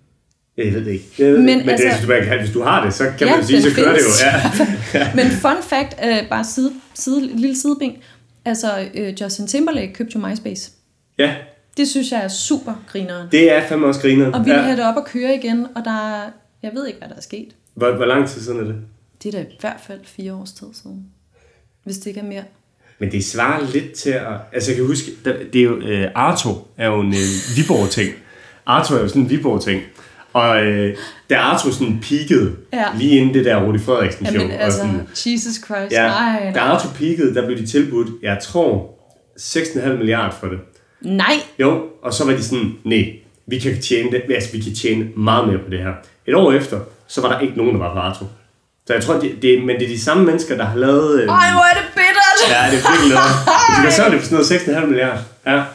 Jeg ved det ikke. Jeg ved men det, men altså, det, hvis, du, hvis du har det, så kan ja, man sige, så kører det jo. Ja. Ja. Men fun fact, uh, bare side, side, lille sideben. Altså, uh, Justin Timberlake købte jo MySpace. Ja. Det synes jeg er super grineren. Det er fandme også grineren. Og vi vil ja. have det op og køre igen, og der er, jeg ved ikke, hvad der er sket. Hvor, hvor lang tid siden er det? Det er da i hvert fald fire års tid siden. Hvis det ikke er mere. Men det svarer lidt til at... Altså jeg kan huske, det er jo... Uh, Arto er jo en uh, Viborg-ting. Arto er jo sådan en Viborg-ting. Og uh, da Arto sådan peakede, ja. lige inden det der Rudi Frederiksen show. Jamen altså, og sådan, Jesus Christ, ja, nej, nej. Da Arto peakede, der blev de tilbudt, jeg tror, seks komma fem milliarder for det. Nej! Jo, og så var de sådan, nej, vi kan tjene det, altså vi kan tjene meget mere på det her. Et år efter, så var der ikke nogen, der var på Arto. Så jeg tror, det, det, men det er de samme mennesker, der har lavet... Øh, Ej, hvor er det bittert! Ja, det er virkelig noget. De kan så det for sådan noget seks komma fem milliarder. Ja.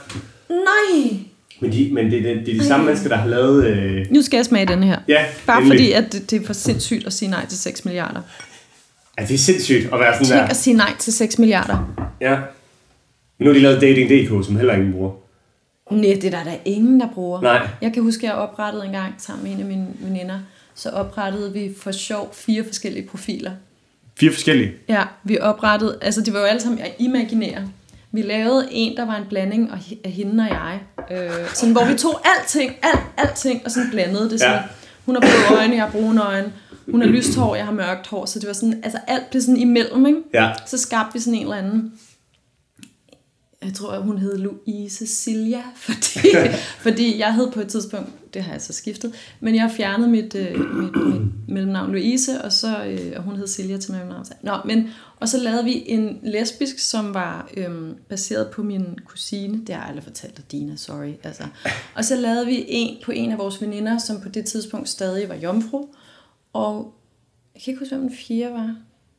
Nej! Men, de, men det, det, det er de samme mennesker, der har lavet... Øh... Nu skal jeg smage den her. Ja, bare endelig. Fordi, at det, det er for sindssygt at sige nej til seks milliarder. Ja, det er sindssygt at være sådan Tænk der. at sige nej til seks milliarder. Ja. Men nu har de lavet Dating punktum d k, som heller ingen bruger. Nej, det er der, der er ingen, der bruger. Nej. Jeg kan huske, at jeg oprettede en gang sammen med en af mine veninder. Så oprettede vi for sjov fire forskellige profiler. Fire forskellige? Ja, vi oprettede, altså det var jo alle sammen imaginære. Vi lavede en, der var en blanding af hende og jeg. Øh, sådan, hvor vi tog alting, alt, alting, og sådan blandede det sådan. Ja. Hun har blå øjne, jeg har brune øjne. Hun har lyst hår, jeg har mørkt hår. Så det var sådan, altså alt blev sådan imellem, ikke? Ja. Så skabte vi sådan en eller anden jeg tror, hun hed Louise Silja, fordi, fordi jeg hed på et tidspunkt, det har jeg så skiftet, men jeg har fjernet mit, øh, mit, mit mellemnavn Louise, og, så, øh, og hun hed Silja til mellemnavn. Nå, men, og så lavede vi en lesbisk, som var øh, baseret på min kusine, det har jeg aldrig fortalt dig, Dina, sorry. Altså. Og så lavede vi en på en af vores veninder, som på det tidspunkt stadig var jomfru, og jeg kan ikke huske, hvem den fjerde var.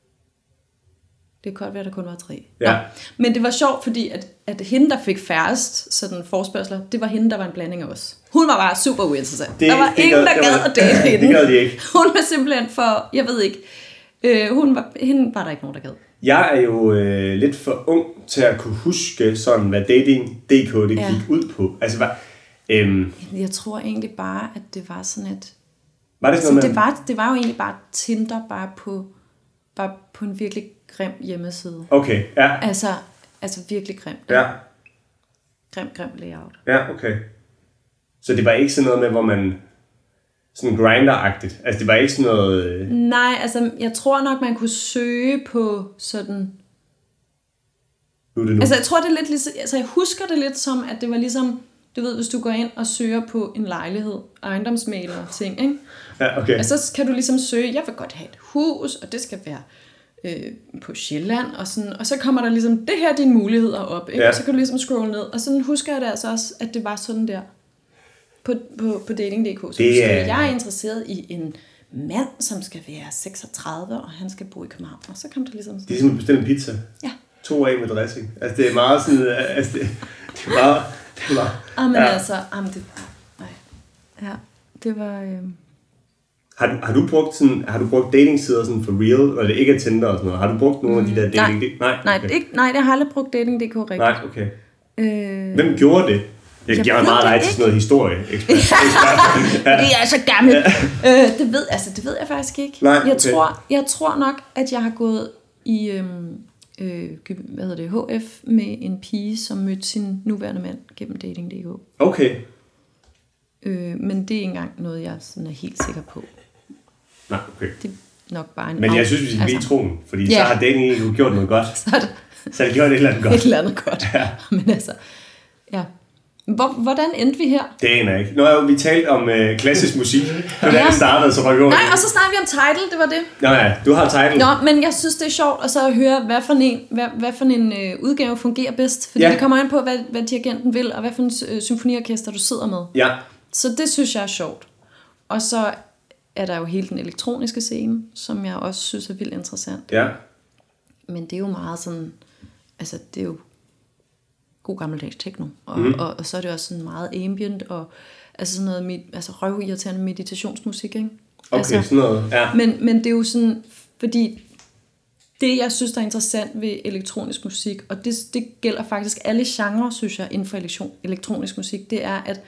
Det kan godt være, at der kun var tre. Ja. Nå, men det var sjovt, fordi at, at hende, der fik færrest sådan forspørgsler, det var hende, der var en blanding af os. Hun var bare super uinteressant. Det, der var ingen, der gad at date hende. Det gad de ikke. Hun var simpelthen for, jeg ved ikke, øh, hun var, hende var der ikke nogen, der gad. Jeg er jo øh, lidt for ung til at kunne huske sådan, hvad dating punktum d k det Ja. gik ud på. Altså, hvad, øhm, Jeg tror egentlig bare, at det var sådan et... var det sådan Altså, noget det, med... var, det var jo egentlig bare Tinder, bare på, bare på en virkelig grim hjemmeside. Okay, ja. Altså, altså virkelig grim. Ja, Grim, grim layout. ja, okay. Så det var ikke sådan noget med, hvor man... Sådan grinder-agtigt. Altså, det var ikke sådan noget... Øh... Nej, altså, jeg tror nok, man kunne søge på sådan... Nu er det nu. Altså, jeg tror, det er lidt ligesom... Altså, jeg husker det lidt som, at det var ligesom... Du ved, hvis du går ind og søger på en lejlighed, ejendomsmægler ting, ikke? Ja, okay. Og så kan du ligesom søge, jeg vil godt have et hus, og det skal være øh, på Sjælland, og, sådan, og så kommer der ligesom, det her er dine muligheder op, ikke? Ja. Og så kan du ligesom scrolle ned, og sådan husker jeg det altså også, at det var sådan der på, på, på dating punktum d k. Så Det er- det, jeg er interesseret i en mand, som skal være seksogtredive, og han skal bo i København, og så kom det ligesom Det er sådan. ligesom at bestille en pizza. Ja. To af med dressing. Altså, det er meget sådan... øh, Altså, det, det er meget... Det er meget Ah, men ja. altså, ah, men det, nej. Ja, det var... Øh... Har du, har du brugt sådan, har du brugt datingsider sådan for real, når det ikke er Tinder og sådan noget? Har du brugt nogle af de der dating? nej. Nej, Nej, okay. ikke, nej, det har aldrig brugt dating punktum d k rigtigt. Nej, okay. Øh... Hvem gjorde det? Jeg Jeg giver ved meget det dig til ikke. sådan noget historie. Fordi jeg er så gammel. øh, det, ved, altså, det ved jeg faktisk ikke. Nej, jeg, okay. tror, jeg tror nok, at jeg har gået i øhm, øh, hvad hedder det, H F med en pige, som mødte sin nuværende mand gennem dating punktum d k. Okay. Øh, men det er ikke engang noget, jeg sådan er helt sikker på. Nej, okay. Det er nok bare en Men jeg af- synes, vi skal blive i troen, fordi Ja. så har dating ikke gjort noget godt. Så er det Så har det gjort et eller andet godt. et eller andet godt. Ja. Men altså, ja. Hvor, hvordan endte vi her? Det aner jeg ikke. Nå, jo, vi talte om øh, klassisk musik. Det var der, Ja. det startede, så var vi over. Nej, og så snakker vi om title, det var det. Nå ja, du har title. Nå, men jeg synes, det er sjovt at så at høre, hvad for en, hvad, hvad for en øh, udgave fungerer bedst. Fordi Ja. det kommer an på, hvad, hvad dirigenten vil, og hvad for en øh, symfoniorkester, du sidder med. Ja, Så det synes jeg er sjovt. Og så er der jo hele den elektroniske scene, som jeg også synes er vildt interessant. ja. Men det er jo meget sådan, altså det er jo god gammeldags techno. Og, Mhm. mm. og, og så er det også sådan meget ambient, og altså sådan noget, med, altså røvirriterende meditationsmusik, ikke? Okay, altså, sådan noget. Ja. Men, men det er jo sådan, fordi det, jeg synes, der er interessant ved elektronisk musik, og det, det gælder faktisk alle genrer, synes jeg, inden for elektron, elektronisk musik, det er, at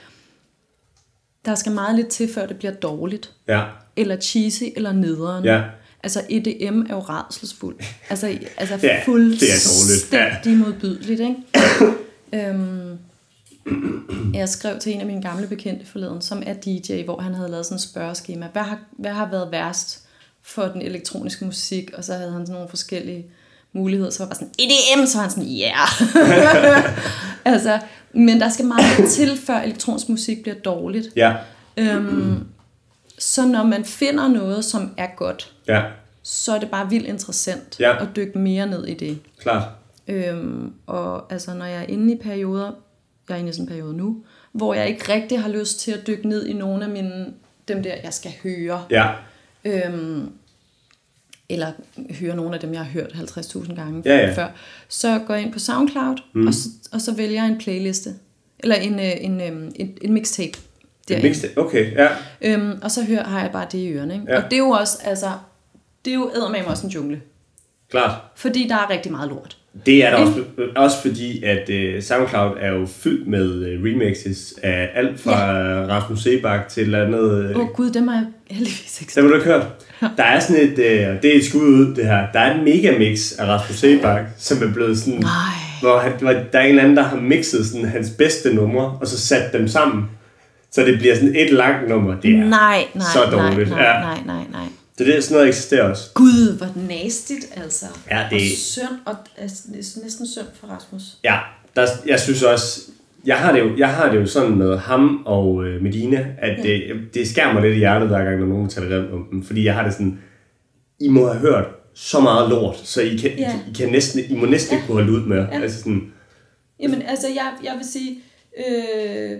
der skal meget lidt til, før det bliver dårligt, Ja. eller cheesy, eller nederen. Ja. Altså E D M er jo rædselsfuld. Altså, altså Ja, fuldstændig modbydeligt, ikke? øhm, jeg skrev til en af mine gamle bekendte forleden, som er D J, hvor han havde lavet sådan et spørgeskema. Hvad har, hvad har været værst for den elektroniske musik? Og så havde han sådan nogle forskellige muligheder. Så var bare sådan, E D M, så var han sådan, ja. Yeah. altså, men der skal meget lidt til, før elektronisk musik bliver dårligt. Ja. Øhm, så når man finder noget, som er godt, Ja. så er det bare vildt interessant Ja. at dykke mere ned i det. Klart. Øhm, og altså, når jeg er inde i perioder, jeg er inde i sådan en periode nu, hvor jeg ikke rigtig har lyst til at dykke ned i nogle af mine, dem der, jeg skal høre. Ja. Øhm, eller høre nogle af dem, jeg har hørt halvtreds tusind gange Ja, ja. før. Så går jeg ind på SoundCloud, mm. og, så, og så vælger jeg en playliste. Eller en, øh, en, en, en, en mixtape. En mixtape. Okay, ja. Øhm, og så hører, har jeg bare det i ørerne. Ikke? Ja. Og det er jo også, altså, det er jo eddermame også en jungle. Klart. Fordi der er rigtig meget lort. Det er der også, også fordi, at uh, SoundCloud er jo fyldt med uh, remixes af alt fra ja. Rasmus Sebak til et eller andet. Åh oh, gud, dem har jeg heldigvis ikke. Det har du ikke hørt. Der er sådan et, uh, det er et skud ud det her, der er en megamix af Rasmus Sebak, som er blevet sådan, Nej. hvor, han, hvor der er en eller anden, der har mixet sådan hans bedste numre, og så sat dem sammen, så det bliver sådan et langt nummer. Det er nej, nej, så dårligt. nej, nej, Ja. nej, nej, nej. Så det er sådan noget, der eksisterer også. Gud, hvor nastigt, altså. Ja, det- Og synd, og altså, det er næsten synd for Rasmus. Ja, der, jeg synes også, jeg har det jo, jeg har det jo sådan med ham og øh, Medina, at ja. det, det skærer mig lidt i hjertet, hver gang der er nogen, der taler om dem. Fordi jeg har det sådan, I må have hørt så meget lort, så I, kan, ja. I, I, kan næsten, I må næsten ja. ikke kunne holde ud med. Ja. Altså sådan, Jamen, altså, jeg, jeg vil sige, øh,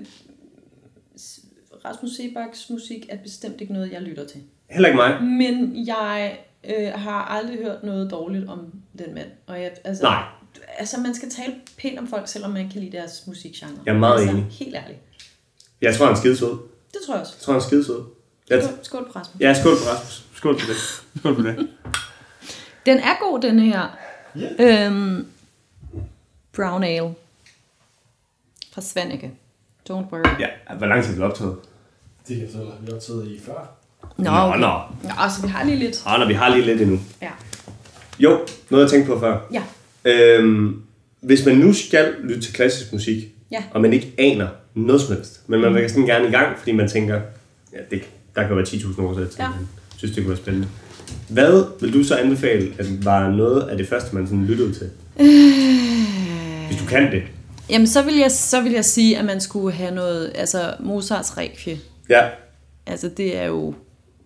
Rasmus Seebachs musik er bestemt ikke noget, jeg lytter til. Heller ikke mig. Men jeg øh, har aldrig hørt noget dårligt om den mand. Og jeg, altså, Nej. Altså, man skal tale pænt om folk, selvom man kan lide deres musikgenre. Jeg er meget altså, enig. Helt ærligt. Jeg tror, han er skidesød. Det tror jeg også. Jeg tror, han er skidesød. Skål, skål på Rasmus. Ja, skål på Rasmus. Skål på det. Skål på det. Den er god, den her. Yeah. Øhm, brown Ale. Fra Svanike. Don't worry. Ja, hvor lang tid er det optaget? Det kan så vi har optaget i før. Nå, nå, okay. nå. Nå, så vi har lige lidt. Nå, nå, vi har lige lidt endnu. Ja. Jo, noget jeg tænkte på før. Ja. Øhm, hvis man nu skal lytte til klassisk musik, ja. og man ikke aner noget som helst, men man vil sådan gerne i gang, fordi man tænker, ja, det, der kan være ti tusind år til, ja. man synes, det kunne være spændende. Hvad vil du så anbefale, at var noget af det første, man sådan lyttede til? Øh... Hvis du kan det. Jamen, så vil, jeg, så vil jeg sige, at man skulle have noget, altså Mozarts Requiem. Ja. Altså, det er jo,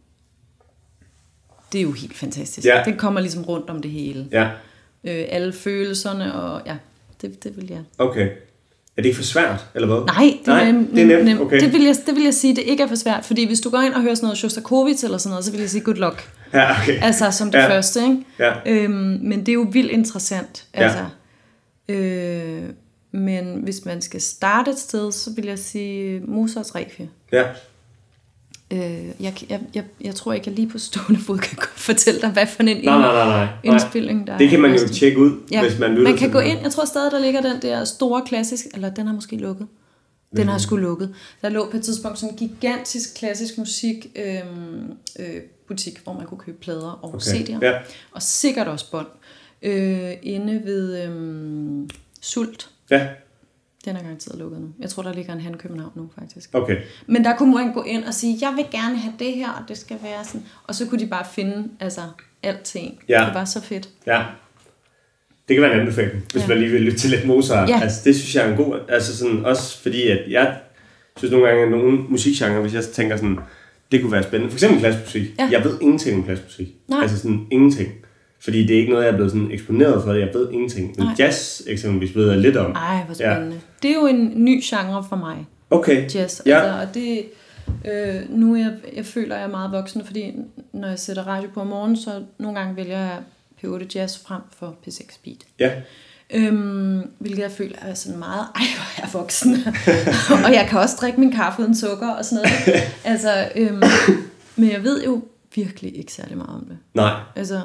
det er jo helt fantastisk. Ja. Det kommer ligesom rundt om det hele. Ja. Øh, alle følelserne, og ja, det, det vil jeg. Okay. Er det ikke for svært, eller hvad? Nej, det, Nej, er, nem, det er nemt. nemt. Okay. Det, vil jeg, det vil jeg sige, det ikke er for svært. Fordi hvis du går ind og hører sådan noget Shostakovich eller sådan noget, så vil jeg sige good luck. Ja, okay. Altså som det ja. første, ikke? Ja. Øhm, men det er jo vildt interessant. Altså. Ja. Øh, men hvis man skal starte et sted, så vil jeg sige Mozarts Requiem. Ja. Øh, jeg, jeg, jeg, jeg tror ikke, jeg lige på stående fod kan fortælle dig, hvad for en nej, nej, nej, nej. indspilning der er. Det kan man jo tjekke ud, ja. hvis man lytter. Man kan gå ind, jeg tror stadig, der ligger den der store klassisk, eller den har måske lukket. Den mm. har sgu lukket. Der lå på et tidspunkt sådan en gigantisk klassisk musik øh, øh, butik, hvor man kunne købe plader og okay. C D'er. Ja. Og sikkert også bånd. Øh, inde ved øh, Sult. Ja. Den er garanteret lukket nu. Jeg tror, der ligger en Han København nu, faktisk. Okay. Men der kunne man gå ind og sige, jeg vil gerne have det her, og det skal være sådan. Og så kunne de bare finde altså, alting. Ja. Det var så fedt. Ja. Det kan være en anbefaling, hvis ja. man lige vil lytte til lidt Mozart. Ja. Altså, det synes jeg er en god... Altså sådan, også fordi, at jeg synes nogle gange, at nogle musikgenre, hvis jeg tænker sådan, det kunne være spændende. For eksempel klassisk musik. Ja. Jeg ved ingenting om klassisk musik. Nej. Altså sådan ingenting. Fordi det er ikke noget, jeg er blevet sådan eksponeret for. Jeg ved ingenting. Men Nej. jazz eksempelvis ved jeg lidt om. Ej, hvor spændende. Ja. Det er jo en ny genre for mig. Okay. Jazz. Ja. Altså, og det, øh, nu er jeg, jeg føler, jeg er meget voksen, fordi når jeg sætter radio på om morgenen, så nogle gange vælger jeg P otte Jazz frem for P seks Beat. Ja. Øhm, hvilket jeg føler er sådan meget, ej hvor er jeg voksen. Og jeg kan også drikke min kaffe uden sukker og sådan noget. Altså, øhm, men jeg ved jo virkelig ikke særlig meget om det. Nej. Altså,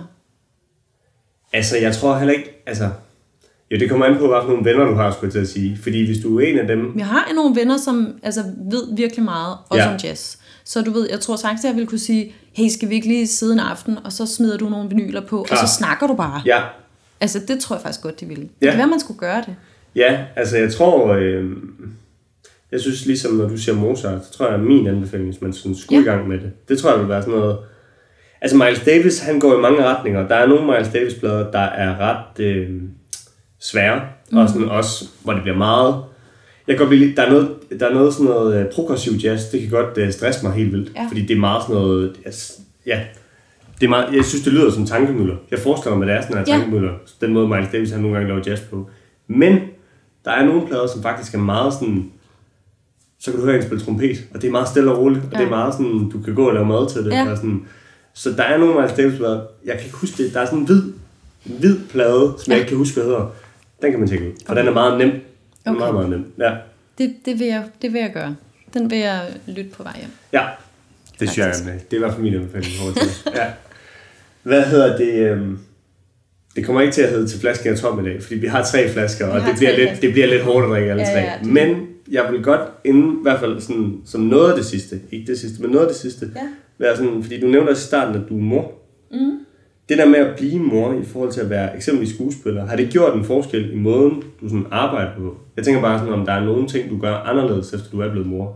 Altså, jeg tror heller ikke, altså... Jo, det kommer an på, hvad for nogle venner du har, skulle jeg til at sige. Fordi hvis du er en af dem... jeg har nogle venner, som altså, ved virkelig meget, også ja. om jazz. Så du ved, jeg tror faktisk, at jeg ville kunne sige, hey, skal vi ikke lige sidde en aften, og så smider du nogle vinyler på, Klar. og så snakker du bare. Ja. Altså, det tror jeg faktisk godt, de ville. Det ja. kan være, man skulle gøre det. Ja, altså jeg tror... Øh, jeg synes ligesom, når du siger Mozart, så tror jeg, at min anbefaling, hvis man sådan skulle ja. i gang med det, det tror jeg vil være sådan noget... Altså Miles Davis, han går i mange retninger. Der er nogle Miles Davis-plader, der er ret øh, svære, mm. og sådan også, hvor det bliver meget... Jeg kan godt blive, der, er noget, der er noget sådan noget uh, progressiv jazz, det kan godt uh, stresse mig helt vildt, ja. fordi det er meget sådan noget... Altså, ja, det er meget, jeg synes, det lyder som tankemøller. Jeg forestiller mig, at det er sådan her ja. tankemøller, den måde Miles Davis han nogle gange laver jazz på. Men der er nogle plader, som faktisk er meget sådan... Så kan du høre en spille trompet, og det er meget stille og roligt, og ja. det er meget sådan, du kan gå og lave mad til det, ja. og sådan... Så der er nogle Miles Davis-plader, jeg kan ikke huske det, der er sådan en hvid, en hvid plade, som ja. jeg ikke kan huske, hvad hedder. Den kan man tjekke ud, for okay. den er meget nem. Okay. Meget, meget nem, ja. Det, det, vil jeg, det vil jeg gøre. Den vil jeg lytte på vej hjem. Ja, det synes jeg, det er i hvert fald min anbefaling. Ja. Hvad hedder det? Det kommer ikke til at hedde til flasken af tom i dag, fordi vi har tre flasker, og det bliver, lidt, det bliver lidt hårdt at drikke alle ja, tre. Ja, det... Men jeg vil godt inden, i hvert fald sådan, som noget af det sidste, ikke det sidste, men noget af det sidste, ja. være sådan, fordi du nævnte også i starten, at du er mor. Mm. Det der med at blive mor i forhold til at være eksempelvis skuespiller, har det gjort en forskel i måden, du sådan arbejder på? Jeg tænker bare sådan, om der er nogle ting, du gør anderledes, efter du er blevet mor.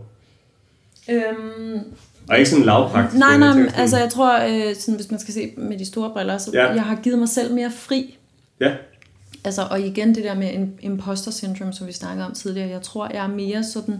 Øhm, og ikke sådan lavpraktisk. Nej, nej, men altså jeg tror, øh, sådan, hvis man skal se med de store briller, så ja. jeg har givet mig selv mere fri. Ja. altså, og igen det der med imposter syndrome, som vi snakkede om tidligere, jeg tror, jeg er mere sådan,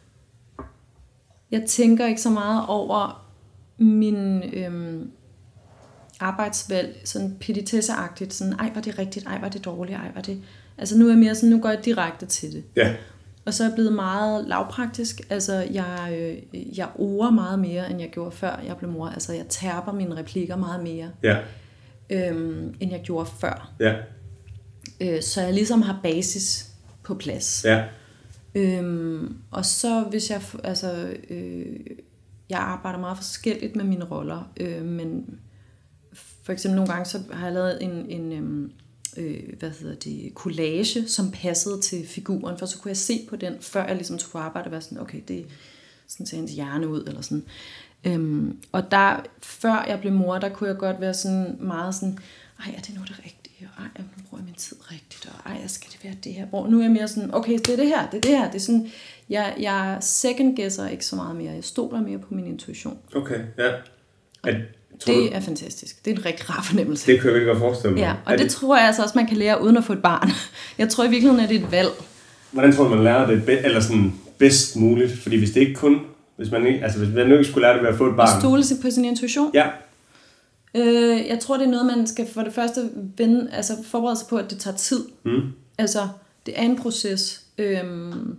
jeg tænker ikke så meget over min øhm, arbejdsvalg, sådan petitesseagtigt, sådan, ej, var det rigtigt, ej, var det dårligt, ej, var det... Altså, nu er jeg mere sådan, nu går jeg direkte til det. Ja. Og så er jeg blevet meget lavpraktisk, altså, jeg, øh, jeg orer meget mere, end jeg gjorde før jeg blev mor, altså, jeg tærper mine replikker meget mere, ja. øhm, end jeg gjorde før. Ja. Øh, så jeg ligesom har basis på plads. Ja. Øhm, og så hvis jeg, altså, øh, jeg arbejder meget forskelligt med mine roller, øh, men for eksempel nogle gange, så har jeg lavet en, en øh, hvad hedder det, collage, som passede til figuren, for så kunne jeg se på den, før jeg ligesom tog på arbejde, og være sådan, okay, det sådan ser ens hjerne ud, eller sådan. Øhm, og der, før jeg blev mor, der kunne jeg godt være sådan meget sådan, ej, er det nu det rigtige? Ej, nu bruger jeg min tid rigtigt, og ej, skal det være det her? Hvor nu er jeg mere sådan, okay, det er det her, det er det her. Det er sådan, jeg, jeg second-guesser ikke så meget mere. Jeg stoler mere på min intuition. Okay, ja. At, det du, er fantastisk. Det er en rigtig rar fornemmelse. Det kan jeg virkelig godt forestille mig. Ja, og det, det tror jeg altså også, man kan lære uden at få et barn. Jeg tror i virkeligheden, at det er et valg. Hvordan tror du, man lærer det be- eller sådan bedst muligt? Fordi hvis det ikke kun, hvis man ikke, altså hvis man ikke skulle lære det ved at få et barn. At stole sig på sin intuition? Ja. Øh, jeg tror, det er noget, man skal for det første vende, altså forberede sig på, at det tager tid. Mm. Altså, det er en proces. Øhm,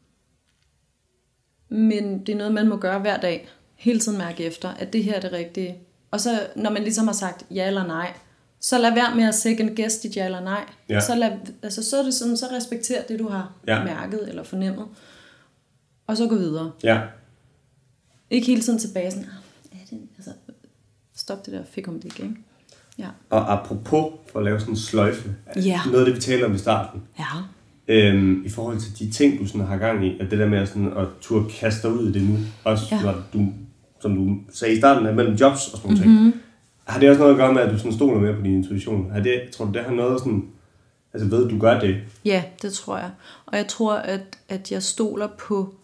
men det er noget, man må gøre hver dag. Hele tiden mærke efter, at det her er det rigtige. Og så, når man ligesom har sagt ja eller nej, så lad være med at second guess dit ja eller nej. Ja. Så, lad, altså, så er det sådan, så respekter det, du har ja. mærket eller fornemmet. Og så gå videre. Ja. Ikke hele tiden tilbage sådan, ah, er det, altså, stop det der fik om det ikke, ikke? Ja. Og apropos, for at lave sådan en sløjfe, ja. noget af det, vi taler om i starten, ja. øhm, i forhold til de ting, du sådan har gang i, at det der med at, sådan, at turde kaste dig ud i det nu, også ja. når du, som du sagde i starten, er mellem jobs og sådan noget, mm-hmm. har det også noget at gøre med, at du sådan stoler mere på din intuition? Har det, tror du, det har noget sådan, altså ved du gør det? Ja, det tror jeg. Og jeg tror, at, at jeg stoler på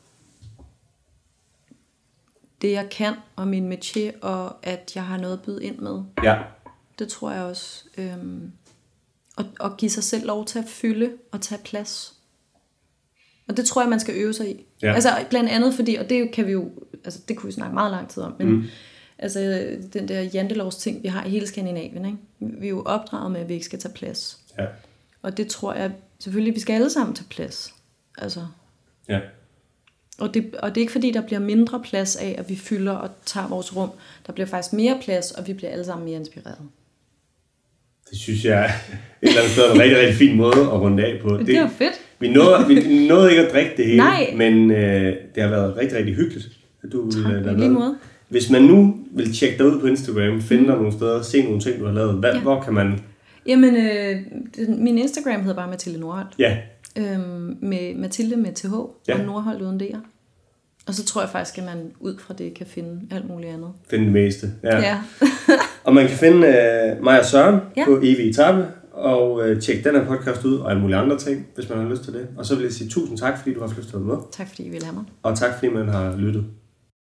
det, jeg kan, og min métier, og at jeg har noget at byde ind med. Ja. Det tror jeg også. Øhm, og, og give sig selv lov til at fylde og tage plads. Og det tror jeg, man skal øve sig i. Ja. Altså blandt andet fordi, og det kan vi jo, altså det kunne vi snakke meget lang tid om, men mm. altså den der jantelovs ting, vi har i hele Skandinavien, ikke? Vi er jo opdraget med, at vi ikke skal tage plads. Ja. Og det tror jeg, selvfølgelig, vi skal alle sammen tage plads. Altså. Ja. Og det, og det er ikke fordi, der bliver mindre plads af, at vi fylder og tager vores rum. Der bliver faktisk mere plads, og vi bliver alle sammen mere inspireret. Det synes jeg er et eller andet sted en rigtig, rigtig fin måde at runde af på. Det, det er jo fedt. Vi nåede, vi nåede ikke at drikke det hele, Nej. men øh, det har været rigtig, rigtig hyggeligt. At du tak, vil, i lige måde. Hvis man nu vil tjekke dig ud på Instagram, finde dig mm. nogle steder, se nogle ting, du har lavet, hvad, ja. hvor kan man... Jamen, øh, min Instagram hedder bare Mathilde Nordholt. Ja. Øhm, med Mathilde med T H ja. og Nordholt uden D'er. Og så tror jeg faktisk, at man ud fra det kan finde alt muligt andet. Finde det meste. Ja. ja. Og man kan finde øh, mig og Søren ja. på Evig Etape, og øh, tjekke den her podcast ud, og alle mulige andre ting, hvis man har lyst til det. Og så vil jeg sige tusind tak, fordi du har haft lyst til at være med. Tak fordi I ville have mig. Og tak fordi man har lyttet.